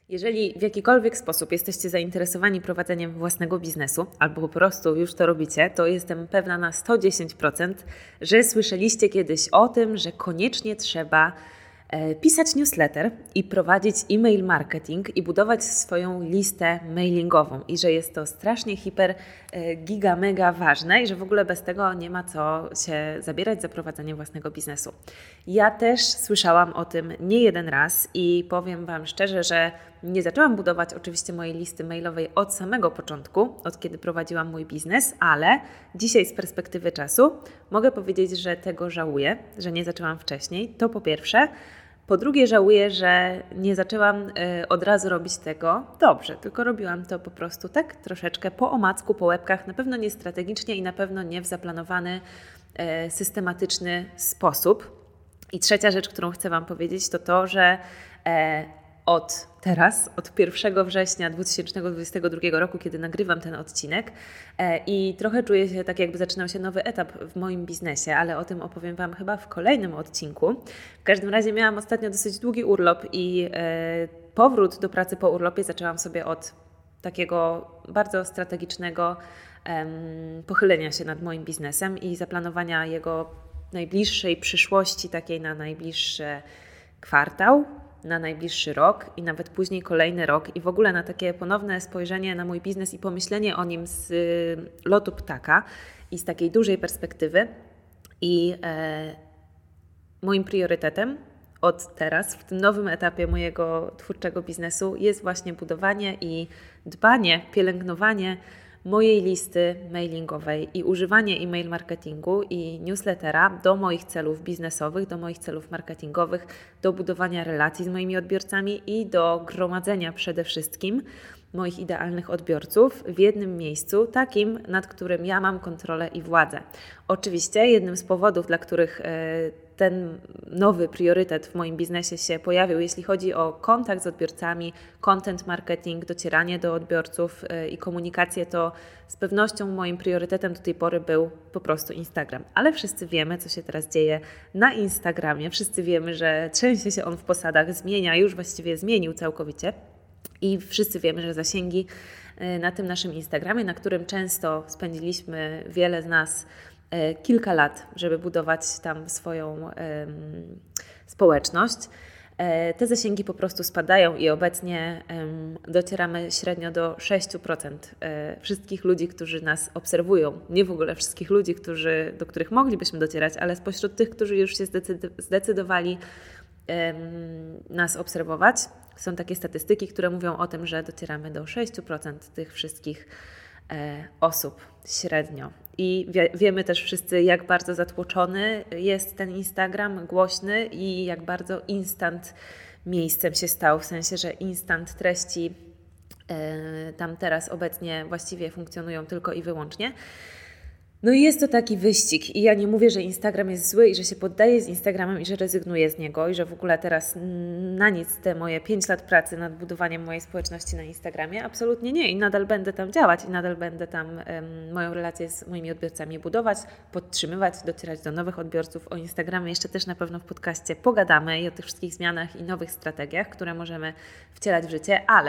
Jeżeli w jakikolwiek sposób jesteście zainteresowani prowadzeniem własnego biznesu albo po prostu już to robicie, to jestem pewna na 110%, że słyszeliście kiedyś o tym, że koniecznie trzeba pisać newsletter i prowadzić e-mail marketing i budować swoją listę mailingową i że jest to strasznie giga, mega ważne i że w ogóle bez tego nie ma co się zabierać za prowadzenie własnego biznesu. Ja też słyszałam o tym nie jeden raz i powiem Wam szczerze, że nie zaczęłam budować oczywiście mojej listy mailowej od samego początku, od kiedy prowadziłam mój biznes, ale dzisiaj z perspektywy czasu mogę powiedzieć, że tego żałuję, że nie zaczęłam wcześniej. To po pierwsze. Po drugie żałuję, że nie zaczęłam od razu robić tego dobrze, tylko robiłam to po prostu tak troszeczkę po omacku, po łebkach, na pewno nie strategicznie i na pewno nie w zaplanowany, systematyczny sposób. I trzecia rzecz, którą chcę Wam powiedzieć, to to, że od 1 września 2022 roku, kiedy nagrywam ten odcinek i trochę czuję się tak, jakby zaczynał się nowy etap w moim biznesie, ale o tym opowiem Wam chyba w kolejnym odcinku. W każdym razie miałam ostatnio dosyć długi urlop i powrót do pracy po urlopie zaczęłam sobie od takiego bardzo strategicznego pochylenia się nad moim biznesem i zaplanowania jego najbliższej przyszłości, takiej na najbliższy kwartał, na najbliższy rok i nawet później kolejny rok i w ogóle na takie ponowne spojrzenie na mój biznes i pomyślenie o nim z lotu ptaka i z takiej dużej perspektywy. I moim priorytetem od teraz, w tym nowym etapie mojego twórczego biznesu jest właśnie budowanie i dbanie, pielęgnowanie mojej listy mailingowej i używanie e-mail marketingu i newslettera do moich celów biznesowych, do moich celów marketingowych, do budowania relacji z moimi odbiorcami i do gromadzenia przede wszystkim moich idealnych odbiorców w jednym miejscu, takim, nad którym ja mam kontrolę i władzę. Oczywiście jednym z powodów, dla których ten nowy priorytet w moim biznesie się pojawił, jeśli chodzi o kontakt z odbiorcami, content marketing, docieranie do odbiorców i komunikację, to z pewnością moim priorytetem do tej pory był po prostu Instagram. Ale wszyscy wiemy, co się teraz dzieje na Instagramie. Wszyscy wiemy, że trzęsie się on w posadach, zmienia, już właściwie zmienił całkowicie. I wszyscy wiemy, że zasięgi na tym naszym Instagramie, na którym często spędziliśmy wiele z nas kilka lat, żeby budować tam swoją społeczność, te zasięgi po prostu spadają i obecnie docieramy średnio do 6% wszystkich ludzi, którzy nas obserwują. Nie w ogóle wszystkich ludzi, do których moglibyśmy docierać, ale spośród tych, którzy już się zdecydowali nas obserwować. Są takie statystyki, które mówią o tym, że docieramy do 6% tych wszystkich osób średnio. I wiemy też wszyscy, jak bardzo zatłoczony jest ten Instagram, głośny i jak bardzo instant miejscem się stał, w sensie, że instant treści tam teraz obecnie właściwie funkcjonują tylko i wyłącznie. No i jest to taki wyścig i ja nie mówię, że Instagram jest zły i że się poddaję z Instagramem i że rezygnuję z niego i że w ogóle teraz na nic te moje 5 lat pracy nad budowaniem mojej społeczności na Instagramie, absolutnie nie i nadal będę tam działać i nadal będę tam moją relację z moimi odbiorcami budować, podtrzymywać, docierać do nowych odbiorców. O Instagramie jeszcze też na pewno w podcaście pogadamy i o tych wszystkich zmianach i nowych strategiach, które możemy wcielać w życie, ale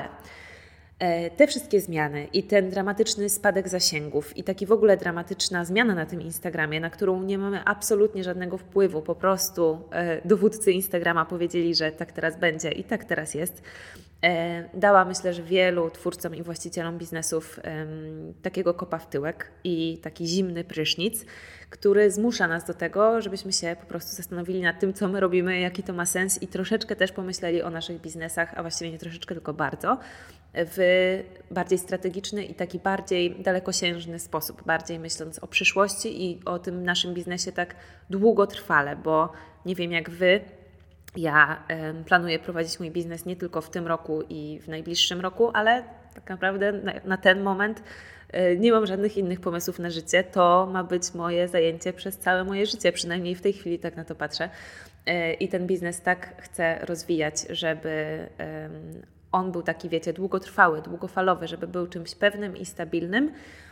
te wszystkie zmiany i ten dramatyczny spadek zasięgów i taki w ogóle dramatyczna zmiana na tym Instagramie, na którą nie mamy absolutnie żadnego wpływu, po prostu dowódcy Instagrama powiedzieli, że tak teraz będzie i tak teraz jest, dała myślę, że wielu twórcom i właścicielom biznesów takiego kopa w tyłek i taki zimny prysznic, który zmusza nas do tego, żebyśmy się po prostu zastanowili nad tym, co my robimy, jaki to ma sens i troszeczkę też pomyśleli o naszych biznesach, a właściwie nie troszeczkę, tylko bardzo, w bardziej strategiczny i taki bardziej dalekosiężny sposób, bardziej myśląc o przyszłości i o tym naszym biznesie tak długotrwale, bo nie wiem jak Wy, ja planuję prowadzić mój biznes nie tylko w tym roku i w najbliższym roku, ale tak naprawdę na ten moment nie mam żadnych innych pomysłów na życie. To ma być moje zajęcie przez całe moje życie, przynajmniej w tej chwili tak na to patrzę. I ten biznes tak chcę rozwijać, żeby on był taki, wiecie, długotrwały, długofalowy, żeby był czymś pewnym i stabilnym,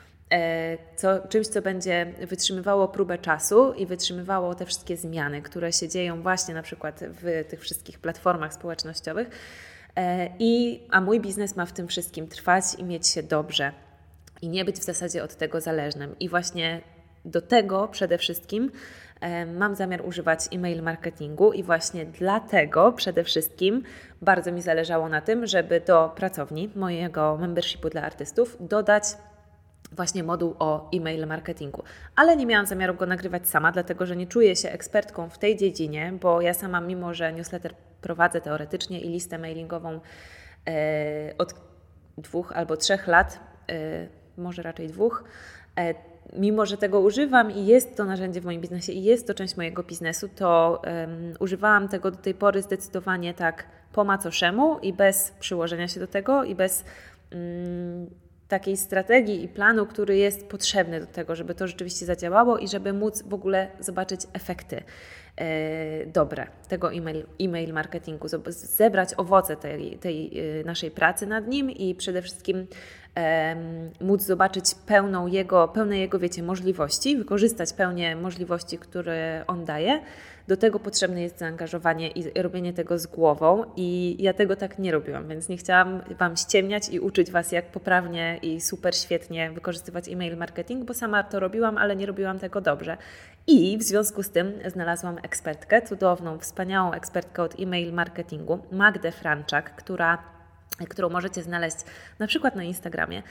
czymś, co będzie wytrzymywało próbę czasu i wytrzymywało te wszystkie zmiany, które się dzieją właśnie na przykład w tych wszystkich platformach społecznościowych. A mój biznes ma w tym wszystkim trwać i mieć się dobrze i nie być w zasadzie od tego zależnym. I właśnie do tego przede wszystkim mam zamiar używać e-mail marketingu i właśnie dlatego przede wszystkim bardzo mi zależało na tym, żeby do pracowni mojego membershipu dla artystów dodać właśnie moduł o e-mail marketingu. Ale nie miałam zamiaru go nagrywać sama, dlatego że nie czuję się ekspertką w tej dziedzinie, bo ja sama, mimo że newsletter prowadzę teoretycznie i listę mailingową od 2 albo 3 lat, może raczej 2, mimo że tego używam i jest to narzędzie w moim biznesie i jest to część mojego biznesu, to używałam tego do tej pory zdecydowanie tak po macoszemu i bez przyłożenia się do tego i bez takiej strategii i planu, który jest potrzebny do tego, żeby to rzeczywiście zadziałało i żeby móc w ogóle zobaczyć efekty dobre tego e-mail marketingu, zebrać owoce tej naszej pracy nad nim i przede wszystkim móc zobaczyć pełne jego, wiecie, możliwości, wykorzystać pełnię możliwości, które on daje. Do tego potrzebne jest zaangażowanie i robienie tego z głową i ja tego tak nie robiłam, więc nie chciałam Wam ściemniać i uczyć Was, jak poprawnie i super świetnie wykorzystywać e-mail marketing, bo sama to robiłam, ale nie robiłam tego dobrze. I w związku z tym znalazłam ekspertkę, cudowną, wspaniałą ekspertkę od e-mail marketingu, Magdę Franczak, którą możecie znaleźć na przykład na Instagramie.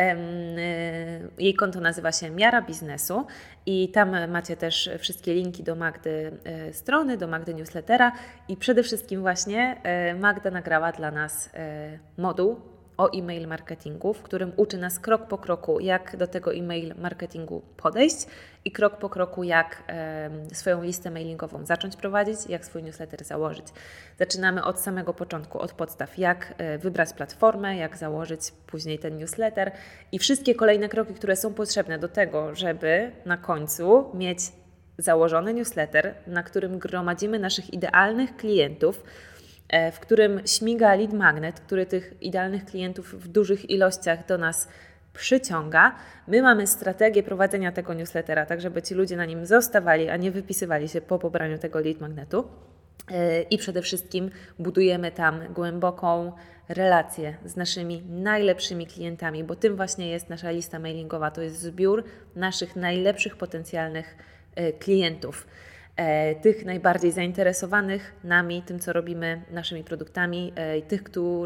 Jej konto nazywa się Miara Biznesu i tam macie też wszystkie linki do Magdy strony, do Magdy newslettera i przede wszystkim właśnie Magda nagrała dla nas moduł o e-mail marketingu, w którym uczy nas krok po kroku, jak do tego e-mail marketingu podejść i krok po kroku, jak swoją listę mailingową zacząć prowadzić, jak swój newsletter założyć. Zaczynamy od samego początku, od podstaw, jak wybrać platformę, jak założyć później ten newsletter i wszystkie kolejne kroki, które są potrzebne do tego, żeby na końcu mieć założony newsletter, na którym gromadzimy naszych idealnych klientów, w którym śmiga lead magnet, który tych idealnych klientów w dużych ilościach do nas przyciąga. My mamy strategię prowadzenia tego newslettera, tak żeby ci ludzie na nim zostawali, a nie wypisywali się po pobraniu tego lead magnetu. I przede wszystkim budujemy tam głęboką relację z naszymi najlepszymi klientami, bo tym właśnie jest nasza lista mailingowa. To jest zbiór naszych najlepszych potencjalnych klientów. Tych najbardziej zainteresowanych nami, tym co robimy, naszymi produktami, tych,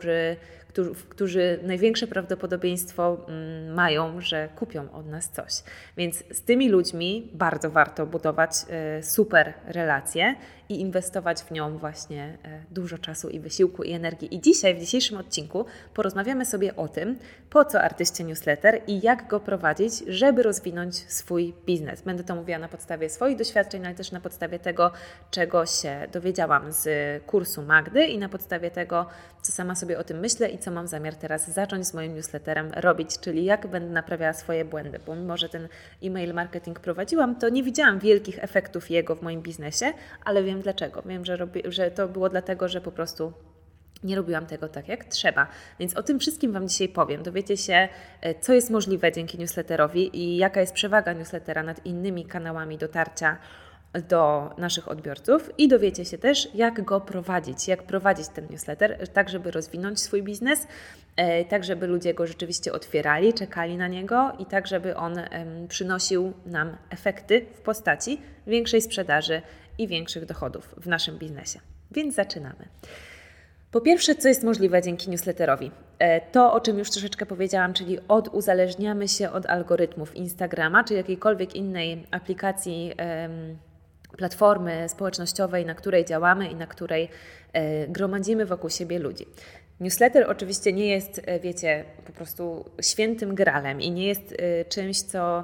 którzy największe prawdopodobieństwo mają, że kupią od nas coś. Więc z tymi ludźmi bardzo warto budować super relacje i inwestować w nią właśnie dużo czasu i wysiłku i energii. I dzisiaj, w dzisiejszym odcinku porozmawiamy sobie o tym, po co artyście newsletter i jak go prowadzić, żeby rozwinąć swój biznes. Będę to mówiła na podstawie swoich doświadczeń, ale też na podstawie tego, czego się dowiedziałam z kursu Magdy i na podstawie tego, co sama sobie o tym myślę i co mam zamiar teraz zacząć z moim newsletterem robić, czyli jak będę naprawiała swoje błędy, bo mimo, że ten e-mail marketing prowadziłam, to nie widziałam wielkich efektów jego w moim biznesie, ale wiem dlaczego. Wiem, że to było dlatego, że po prostu nie robiłam tego tak jak trzeba. Więc o tym wszystkim Wam dzisiaj powiem. Dowiecie się, co jest możliwe dzięki newsletterowi i jaka jest przewaga newslettera nad innymi kanałami dotarcia do naszych odbiorców i dowiecie się też, jak go prowadzić, jak prowadzić ten newsletter, tak żeby rozwinąć swój biznes, tak żeby ludzie go rzeczywiście otwierali, czekali na niego i tak żeby on przynosił nam efekty w postaci większej sprzedaży i większych dochodów w naszym biznesie. Więc zaczynamy. Po pierwsze, co jest możliwe dzięki newsletterowi? To, o czym już troszeczkę powiedziałam, czyli uzależniamy się od algorytmów Instagrama czy jakiejkolwiek innej aplikacji, platformy społecznościowej, na której działamy i na której gromadzimy wokół siebie ludzi. Newsletter oczywiście nie jest, wiecie, po prostu świętym gralem i nie jest czymś, co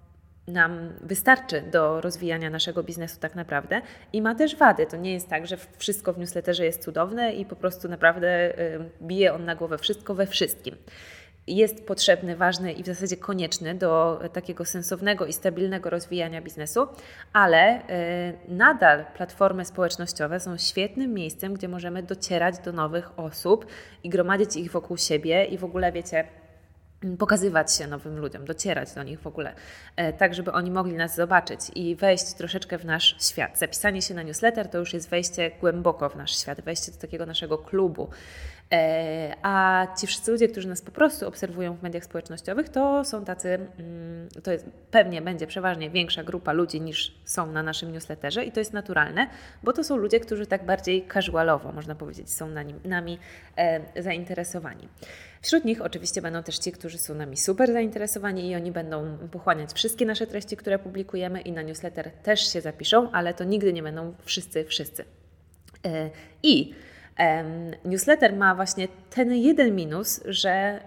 nam wystarczy do rozwijania naszego biznesu tak naprawdę i ma też wady. To nie jest tak, że wszystko w newsletterze jest cudowne i po prostu naprawdę bije on na głowę wszystko we wszystkim. Jest potrzebny, ważny i w zasadzie konieczny do takiego sensownego i stabilnego rozwijania biznesu, ale nadal platformy społecznościowe są świetnym miejscem, gdzie możemy docierać do nowych osób i gromadzić ich wokół siebie i w ogóle, wiecie, pokazywać się nowym ludziom, docierać do nich w ogóle, tak żeby oni mogli nas zobaczyć i wejść troszeczkę w nasz świat. Zapisanie się na newsletter to już jest wejście głęboko w nasz świat, wejście do takiego naszego klubu. A ci wszyscy ludzie, którzy nas po prostu obserwują w mediach społecznościowych, to są tacy, to jest, pewnie będzie przeważnie większa grupa ludzi niż są na naszym newsletterze i to jest naturalne, bo to są ludzie, którzy tak bardziej casualowo, można powiedzieć, są nami zainteresowani. Wśród nich oczywiście będą też ci, którzy są nami super zainteresowani i oni będą pochłaniać wszystkie nasze treści, które publikujemy i na newsletter też się zapiszą, ale to nigdy nie będą wszyscy. Newsletter ma właśnie ten jeden minus, że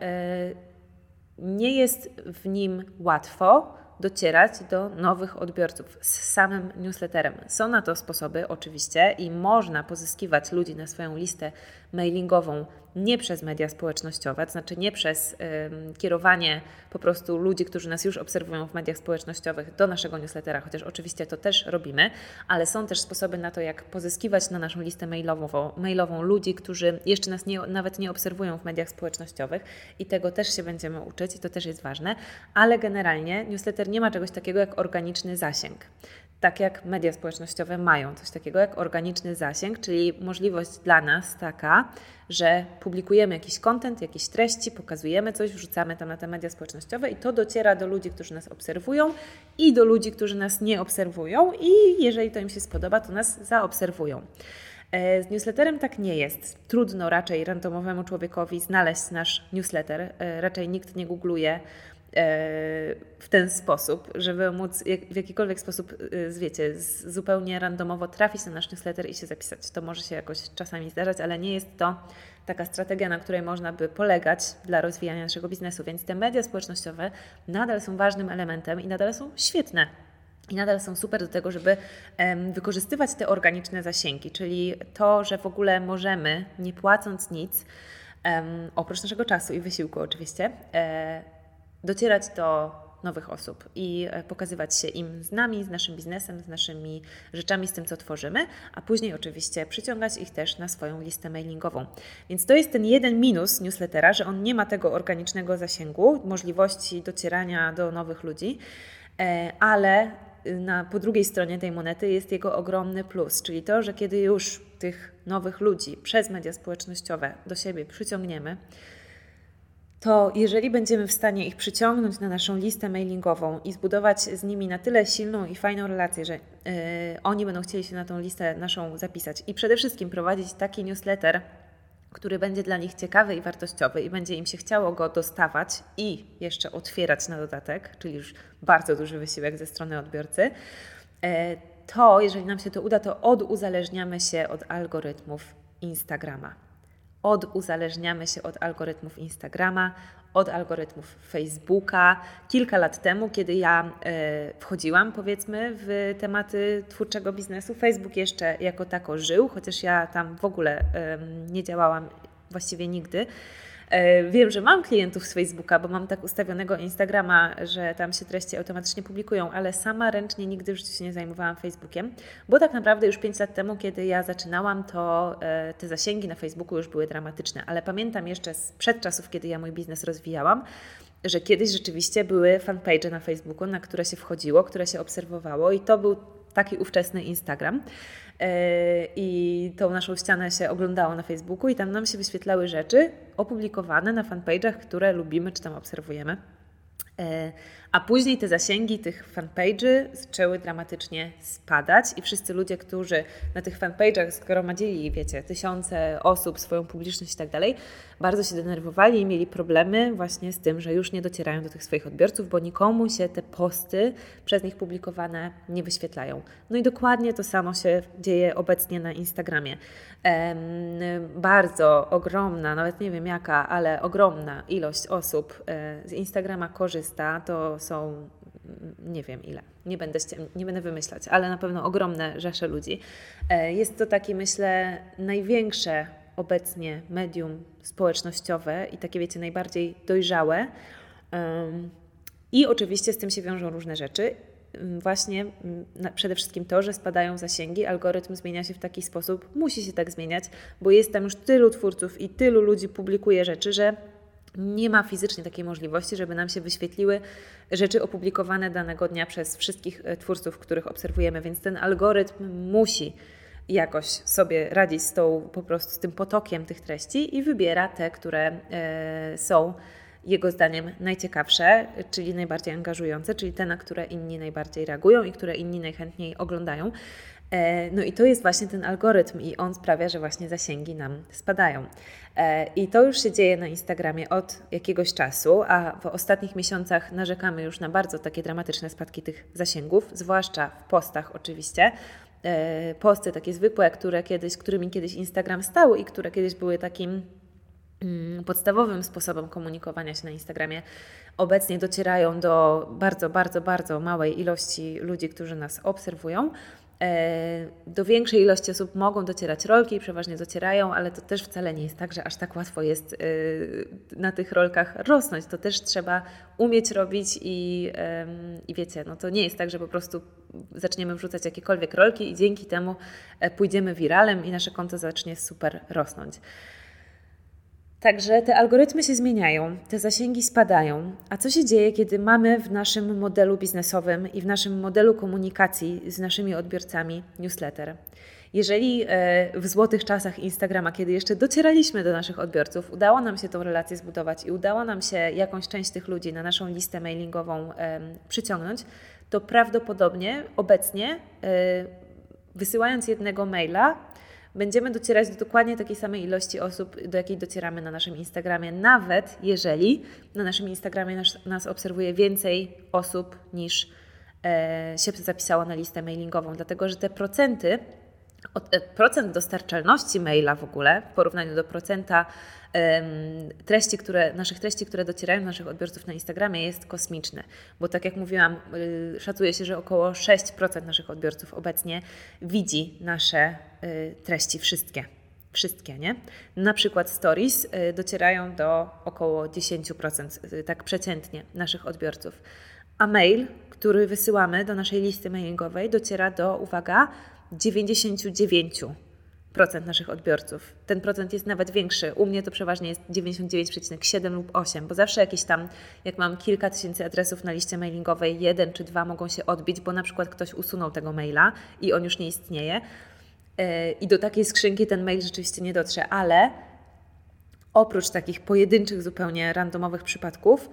nie jest w nim łatwo docierać do nowych odbiorców z samym newsletterem. Są na to sposoby oczywiście i można pozyskiwać ludzi na swoją listę mailingową nie przez media społecznościowe, to znaczy nie przez kierowanie po prostu ludzi, którzy nas już obserwują w mediach społecznościowych do naszego newslettera, chociaż oczywiście to też robimy, ale są też sposoby na to, jak pozyskiwać na naszą listę mailową ludzi, którzy jeszcze nas nawet nie obserwują w mediach społecznościowych i tego też się będziemy uczyć i to też jest ważne, ale generalnie newsletter nie ma czegoś takiego jak organiczny zasięg. Tak jak media społecznościowe mają coś takiego jak organiczny zasięg, czyli możliwość dla nas taka, że publikujemy jakiś content, jakieś treści, pokazujemy coś, wrzucamy tam na te media społecznościowe i to dociera do ludzi, którzy nas obserwują i do ludzi, którzy nas nie obserwują i jeżeli to im się spodoba, to nas zaobserwują. Z newsletterem tak nie jest. Trudno raczej randomowemu człowiekowi znaleźć nasz newsletter. Raczej nikt nie googluje w ten sposób, żeby móc w jakikolwiek sposób, wiecie, zupełnie randomowo trafić na nasz newsletter i się zapisać. To może się jakoś czasami zdarzać, ale nie jest to taka strategia, na której można by polegać dla rozwijania naszego biznesu. Więc te media społecznościowe nadal są ważnym elementem i nadal są świetne. I nadal są super do tego, żeby wykorzystywać te organiczne zasięgi, czyli to, że w ogóle możemy, nie płacąc nic, oprócz naszego czasu i wysiłku oczywiście, docierać do nowych osób i pokazywać się im z nami, z naszym biznesem, z naszymi rzeczami, z tym, co tworzymy, a później oczywiście przyciągać ich też na swoją listę mailingową. Więc to jest ten jeden minus newslettera, że on nie ma tego organicznego zasięgu, możliwości docierania do nowych ludzi, ale po drugiej stronie tej monety jest jego ogromny plus, czyli to, że kiedy już tych nowych ludzi przez media społecznościowe do siebie przyciągniemy, to jeżeli będziemy w stanie ich przyciągnąć na naszą listę mailingową i zbudować z nimi na tyle silną i fajną relację, że oni będą chcieli się na tą listę naszą zapisać i przede wszystkim prowadzić taki newsletter, który będzie dla nich ciekawy i wartościowy i będzie im się chciało go dostawać i jeszcze otwierać na dodatek, czyli już bardzo duży wysiłek ze strony odbiorcy, to jeżeli nam się to uda, to oduzależniamy się od algorytmów Instagrama. Oduzależniamy się od algorytmów Instagrama, od algorytmów Facebooka. Kilka lat temu, kiedy ja wchodziłam, powiedzmy, w tematy twórczego biznesu, Facebook jeszcze jako tako żył, chociaż ja tam w ogóle nie działałam właściwie nigdy. Wiem, że mam klientów z Facebooka, bo mam tak ustawionego Instagrama, że tam się treści automatycznie publikują, ale sama ręcznie nigdy w życiu się nie zajmowałam Facebookiem, bo tak naprawdę już 5 lat temu, kiedy ja zaczynałam, to te zasięgi na Facebooku już były dramatyczne, ale pamiętam jeszcze sprzed czasów, kiedy ja mój biznes rozwijałam, że kiedyś rzeczywiście były fanpage na Facebooku, na które się wchodziło, które się obserwowało i to był taki ówczesny Instagram. I tą naszą ścianę się oglądało na Facebooku i tam nam się wyświetlały rzeczy opublikowane na fanpage'ach, które lubimy czy tam obserwujemy. A później te zasięgi tych fanpage'y zaczęły dramatycznie spadać i wszyscy ludzie, którzy na tych fanpage'ach zgromadzili, wiecie, tysiące osób, swoją publiczność i tak dalej, bardzo się denerwowali i mieli problemy właśnie z tym, że już nie docierają do tych swoich odbiorców, bo nikomu się te posty przez nich publikowane nie wyświetlają. No i dokładnie to samo się dzieje obecnie na Instagramie. Bardzo ogromna, nawet nie wiem jaka, ale ogromna ilość osób z Instagrama korzysta, to są nie wiem ile, nie będę wymyślać, ale na pewno ogromne rzesze ludzi. Jest to takie, myślę, największe obecnie medium społecznościowe i takie, wiecie, najbardziej dojrzałe. I oczywiście z tym się wiążą różne rzeczy. Właśnie przede wszystkim to, że spadają zasięgi, algorytm zmienia się w taki sposób, musi się tak zmieniać, bo jest tam już tylu twórców i tylu ludzi publikuje rzeczy, że Nie ma fizycznie takiej możliwości, żeby nam się wyświetliły rzeczy opublikowane danego dnia przez wszystkich twórców, których obserwujemy, więc ten algorytm musi jakoś sobie radzić po prostu z tym potokiem tych treści i wybiera te, które są jego zdaniem najciekawsze, czyli najbardziej angażujące, czyli te, na które inni najbardziej reagują i które inni najchętniej oglądają. No i to jest właśnie ten algorytm i on sprawia, że właśnie zasięgi nam spadają. I to już się dzieje na Instagramie od jakiegoś czasu, a w ostatnich miesiącach narzekamy już na bardzo takie dramatyczne spadki tych zasięgów, zwłaszcza w postach oczywiście. Posty takie zwykłe, którymi kiedyś Instagram stał i które kiedyś były takim podstawowym sposobem komunikowania się na Instagramie, obecnie docierają do bardzo, bardzo, bardzo małej ilości ludzi, którzy nas obserwują. Do większej ilości osób mogą docierać rolki, przeważnie docierają, ale to też wcale nie jest tak, że aż tak łatwo jest na tych rolkach rosnąć. To też trzeba umieć robić i wiecie, no to nie jest tak, że po prostu zaczniemy wrzucać jakiekolwiek rolki i dzięki temu pójdziemy wiralem i nasze konto zacznie super rosnąć. Także te algorytmy się zmieniają, te zasięgi spadają. A co się dzieje, kiedy mamy w naszym modelu biznesowym i w naszym modelu komunikacji z naszymi odbiorcami newsletter? Jeżeli w złotych czasach Instagrama, kiedy jeszcze docieraliśmy do naszych odbiorców, udało nam się tą relację zbudować i udało nam się jakąś część tych ludzi na naszą listę mailingową przyciągnąć, to prawdopodobnie obecnie wysyłając jednego maila, będziemy docierać do dokładnie takiej samej ilości osób, do jakiej docieramy na naszym Instagramie, nawet jeżeli na naszym Instagramie nas obserwuje więcej osób niż się zapisało na listę mailingową, dlatego że te procent dostarczalności maila w ogóle w porównaniu do procenta naszych treści, które docierają do naszych odbiorców na Instagramie jest kosmiczny, bo tak jak mówiłam, szacuje się, że około 6% naszych odbiorców obecnie widzi nasze treści wszystkie, nie? Na przykład stories docierają do około 10%, tak przeciętnie naszych odbiorców, a mail, który wysyłamy do naszej listy mailingowej dociera do, uwaga, 99% naszych odbiorców. Ten procent jest nawet większy. U mnie to przeważnie jest 99,7 lub 8, bo zawsze jakieś tam, jak mam kilka tysięcy adresów na liście mailingowej, 1 czy 2 mogą się odbić, bo na przykład ktoś usunął tego maila i on już nie istnieje. I do takiej skrzynki ten mail rzeczywiście nie dotrze, ale oprócz takich pojedynczych, zupełnie randomowych przypadków,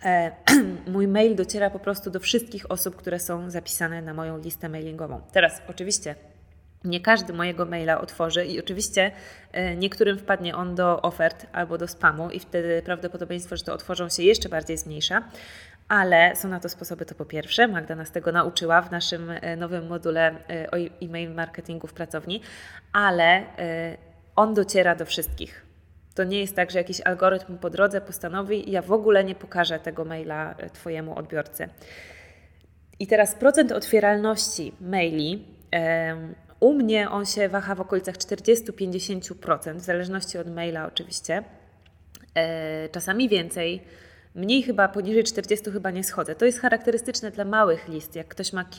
mój mail dociera po prostu do wszystkich osób, które są zapisane na moją listę mailingową. Teraz oczywiście nie każdy mojego maila otworzy i oczywiście niektórym wpadnie on do ofert albo do spamu i wtedy prawdopodobieństwo, że to otworzą się jeszcze bardziej zmniejsza, ale są na to sposoby, to po pierwsze. Magda nas tego nauczyła w naszym nowym module o e-mail marketingu w pracowni, ale on dociera do wszystkich. To nie jest tak, że jakiś algorytm po drodze postanowi, ja w ogóle nie pokażę tego maila Twojemu odbiorcy. I teraz procent otwieralności maili, u mnie on się waha w okolicach 40-50%, w zależności od maila oczywiście. Czasami więcej, mniej chyba, poniżej 40 chyba nie schodzę. To jest charakterystyczne dla małych list. Jak ktoś ma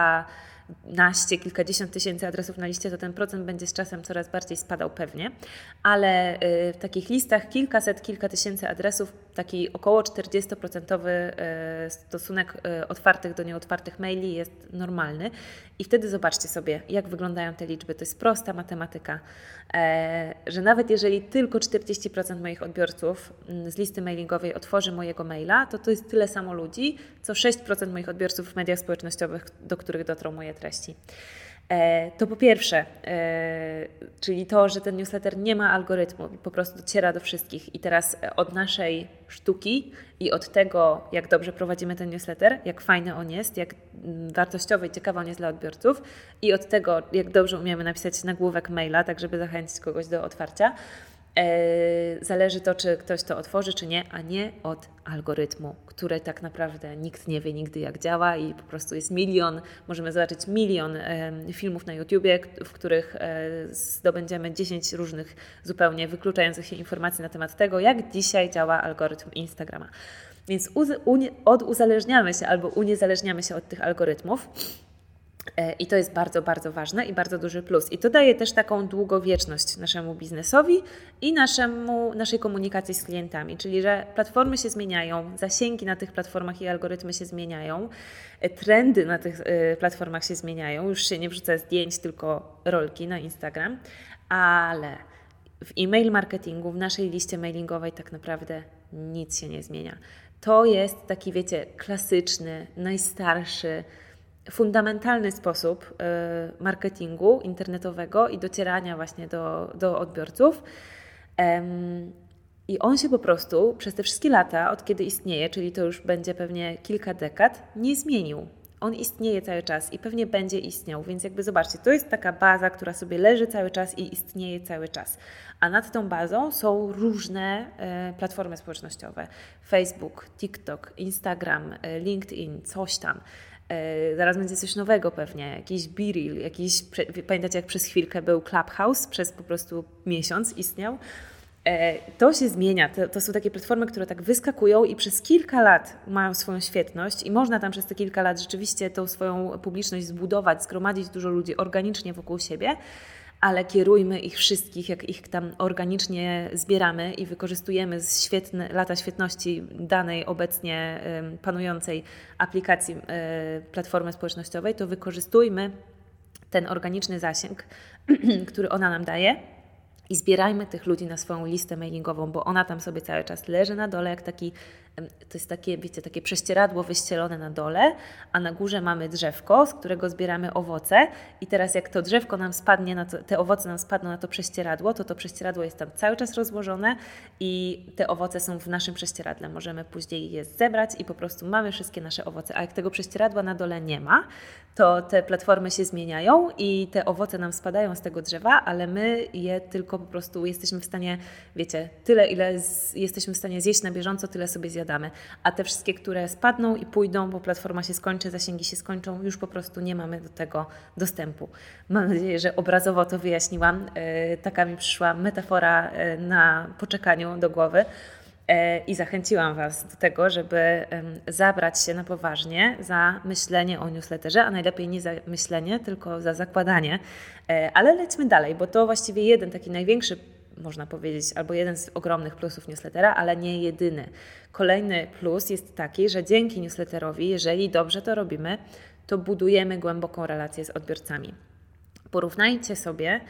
kilkadziesiąt tysięcy adresów na liście, to ten procent będzie z czasem coraz bardziej spadał pewnie, ale w takich listach kilkaset, kilka tysięcy adresów, taki około 40% stosunek otwartych do nieotwartych maili jest normalny i wtedy zobaczcie sobie, jak wyglądają te liczby. To jest prosta matematyka, że nawet jeżeli tylko 40% moich odbiorców z listy mailingowej otworzy mojego maila, to jest tyle samo ludzi, co 6% moich odbiorców w mediach społecznościowych, do których dotrą moje treści. To po pierwsze, czyli to, że ten newsletter nie ma algorytmu i po prostu dociera do wszystkich. I teraz od naszej sztuki i od tego, jak dobrze prowadzimy ten newsletter, jak fajny on jest, jak wartościowy i ciekawy on jest dla odbiorców i od tego, jak dobrze umiemy napisać nagłówek maila, tak żeby zachęcić kogoś do otwarcia, zależy to, czy ktoś to otworzy, czy nie, a nie od algorytmu, który tak naprawdę nikt nie wie nigdy jak działa i po prostu jest możemy zobaczyć milion filmów na YouTubie, w których zdobędziemy 10 różnych zupełnie wykluczających się informacji na temat tego, jak dzisiaj działa algorytm Instagrama. Więc oduzależniamy się albo uniezależniamy się od tych algorytmów. I to jest bardzo, bardzo ważne i bardzo duży plus. I to daje też taką długowieczność naszemu biznesowi i naszej komunikacji z klientami. Czyli, że platformy się zmieniają, zasięgi na tych platformach i algorytmy się zmieniają, trendy na tych platformach się zmieniają. Już się nie wrzuca zdjęć, tylko rolki na Instagram. Ale w e-mail marketingu, w naszej liście mailingowej tak naprawdę nic się nie zmienia. To jest taki, wiecie, klasyczny, najstarszy, fundamentalny sposób marketingu internetowego i docierania właśnie do odbiorców. I on się po prostu przez te wszystkie lata, od kiedy istnieje, czyli to już będzie pewnie kilka dekad, nie zmienił. On istnieje cały czas i pewnie będzie istniał, więc jakby zobaczcie, to jest taka baza, która sobie leży cały czas i istnieje cały czas. A nad tą bazą są różne platformy społecznościowe. Facebook, TikTok, Instagram, LinkedIn, coś tam. Zaraz będzie coś nowego pewnie, jakiś BeReal, pamiętacie jak przez chwilkę był Clubhouse, przez po prostu miesiąc istniał. To się zmienia, to są takie platformy, które tak wyskakują i przez kilka lat mają swoją świetność i można tam przez te kilka lat rzeczywiście tą swoją publiczność zbudować, zgromadzić dużo ludzi organicznie wokół siebie, ale kierujmy ich wszystkich, jak ich tam organicznie zbieramy i wykorzystujemy lata świetności danej obecnie panującej aplikacji platformy społecznościowej, to wykorzystujmy ten organiczny zasięg, który ona nam daje i zbierajmy tych ludzi na swoją listę mailingową, bo ona tam sobie cały czas leży na dole, jak to jest takie, wiecie, takie prześcieradło wyścielone na dole, a na górze mamy drzewko, z którego zbieramy owoce i teraz jak to drzewko nam spadnie, te owoce nam spadną na to prześcieradło, to prześcieradło jest tam cały czas rozłożone i te owoce są w naszym prześcieradle. Możemy później je zebrać i po prostu mamy wszystkie nasze owoce, a jak tego prześcieradła na dole nie ma, to te platformy się zmieniają i te owoce nam spadają z tego drzewa, ale my je tylko po prostu jesteśmy w stanie, wiecie, tyle ile jesteśmy w stanie zjeść na bieżąco, tyle sobie zjadamy. A te wszystkie, które spadną i pójdą, bo platforma się skończy, zasięgi się skończą, już po prostu nie mamy do tego dostępu. Mam nadzieję, że obrazowo to wyjaśniłam. Taka mi przyszła metafora na poczekaniu do głowy. I zachęciłam Was do tego, żeby zabrać się na poważnie za myślenie o newsletterze, a najlepiej nie za myślenie, tylko za zakładanie. Ale lećmy dalej, bo to właściwie jeden taki największy, można powiedzieć, albo jeden z ogromnych plusów newslettera, ale nie jedyny. Kolejny plus jest taki, że dzięki newsletterowi, jeżeli dobrze to robimy, to budujemy głęboką relację z odbiorcami. Porównajcie sobie,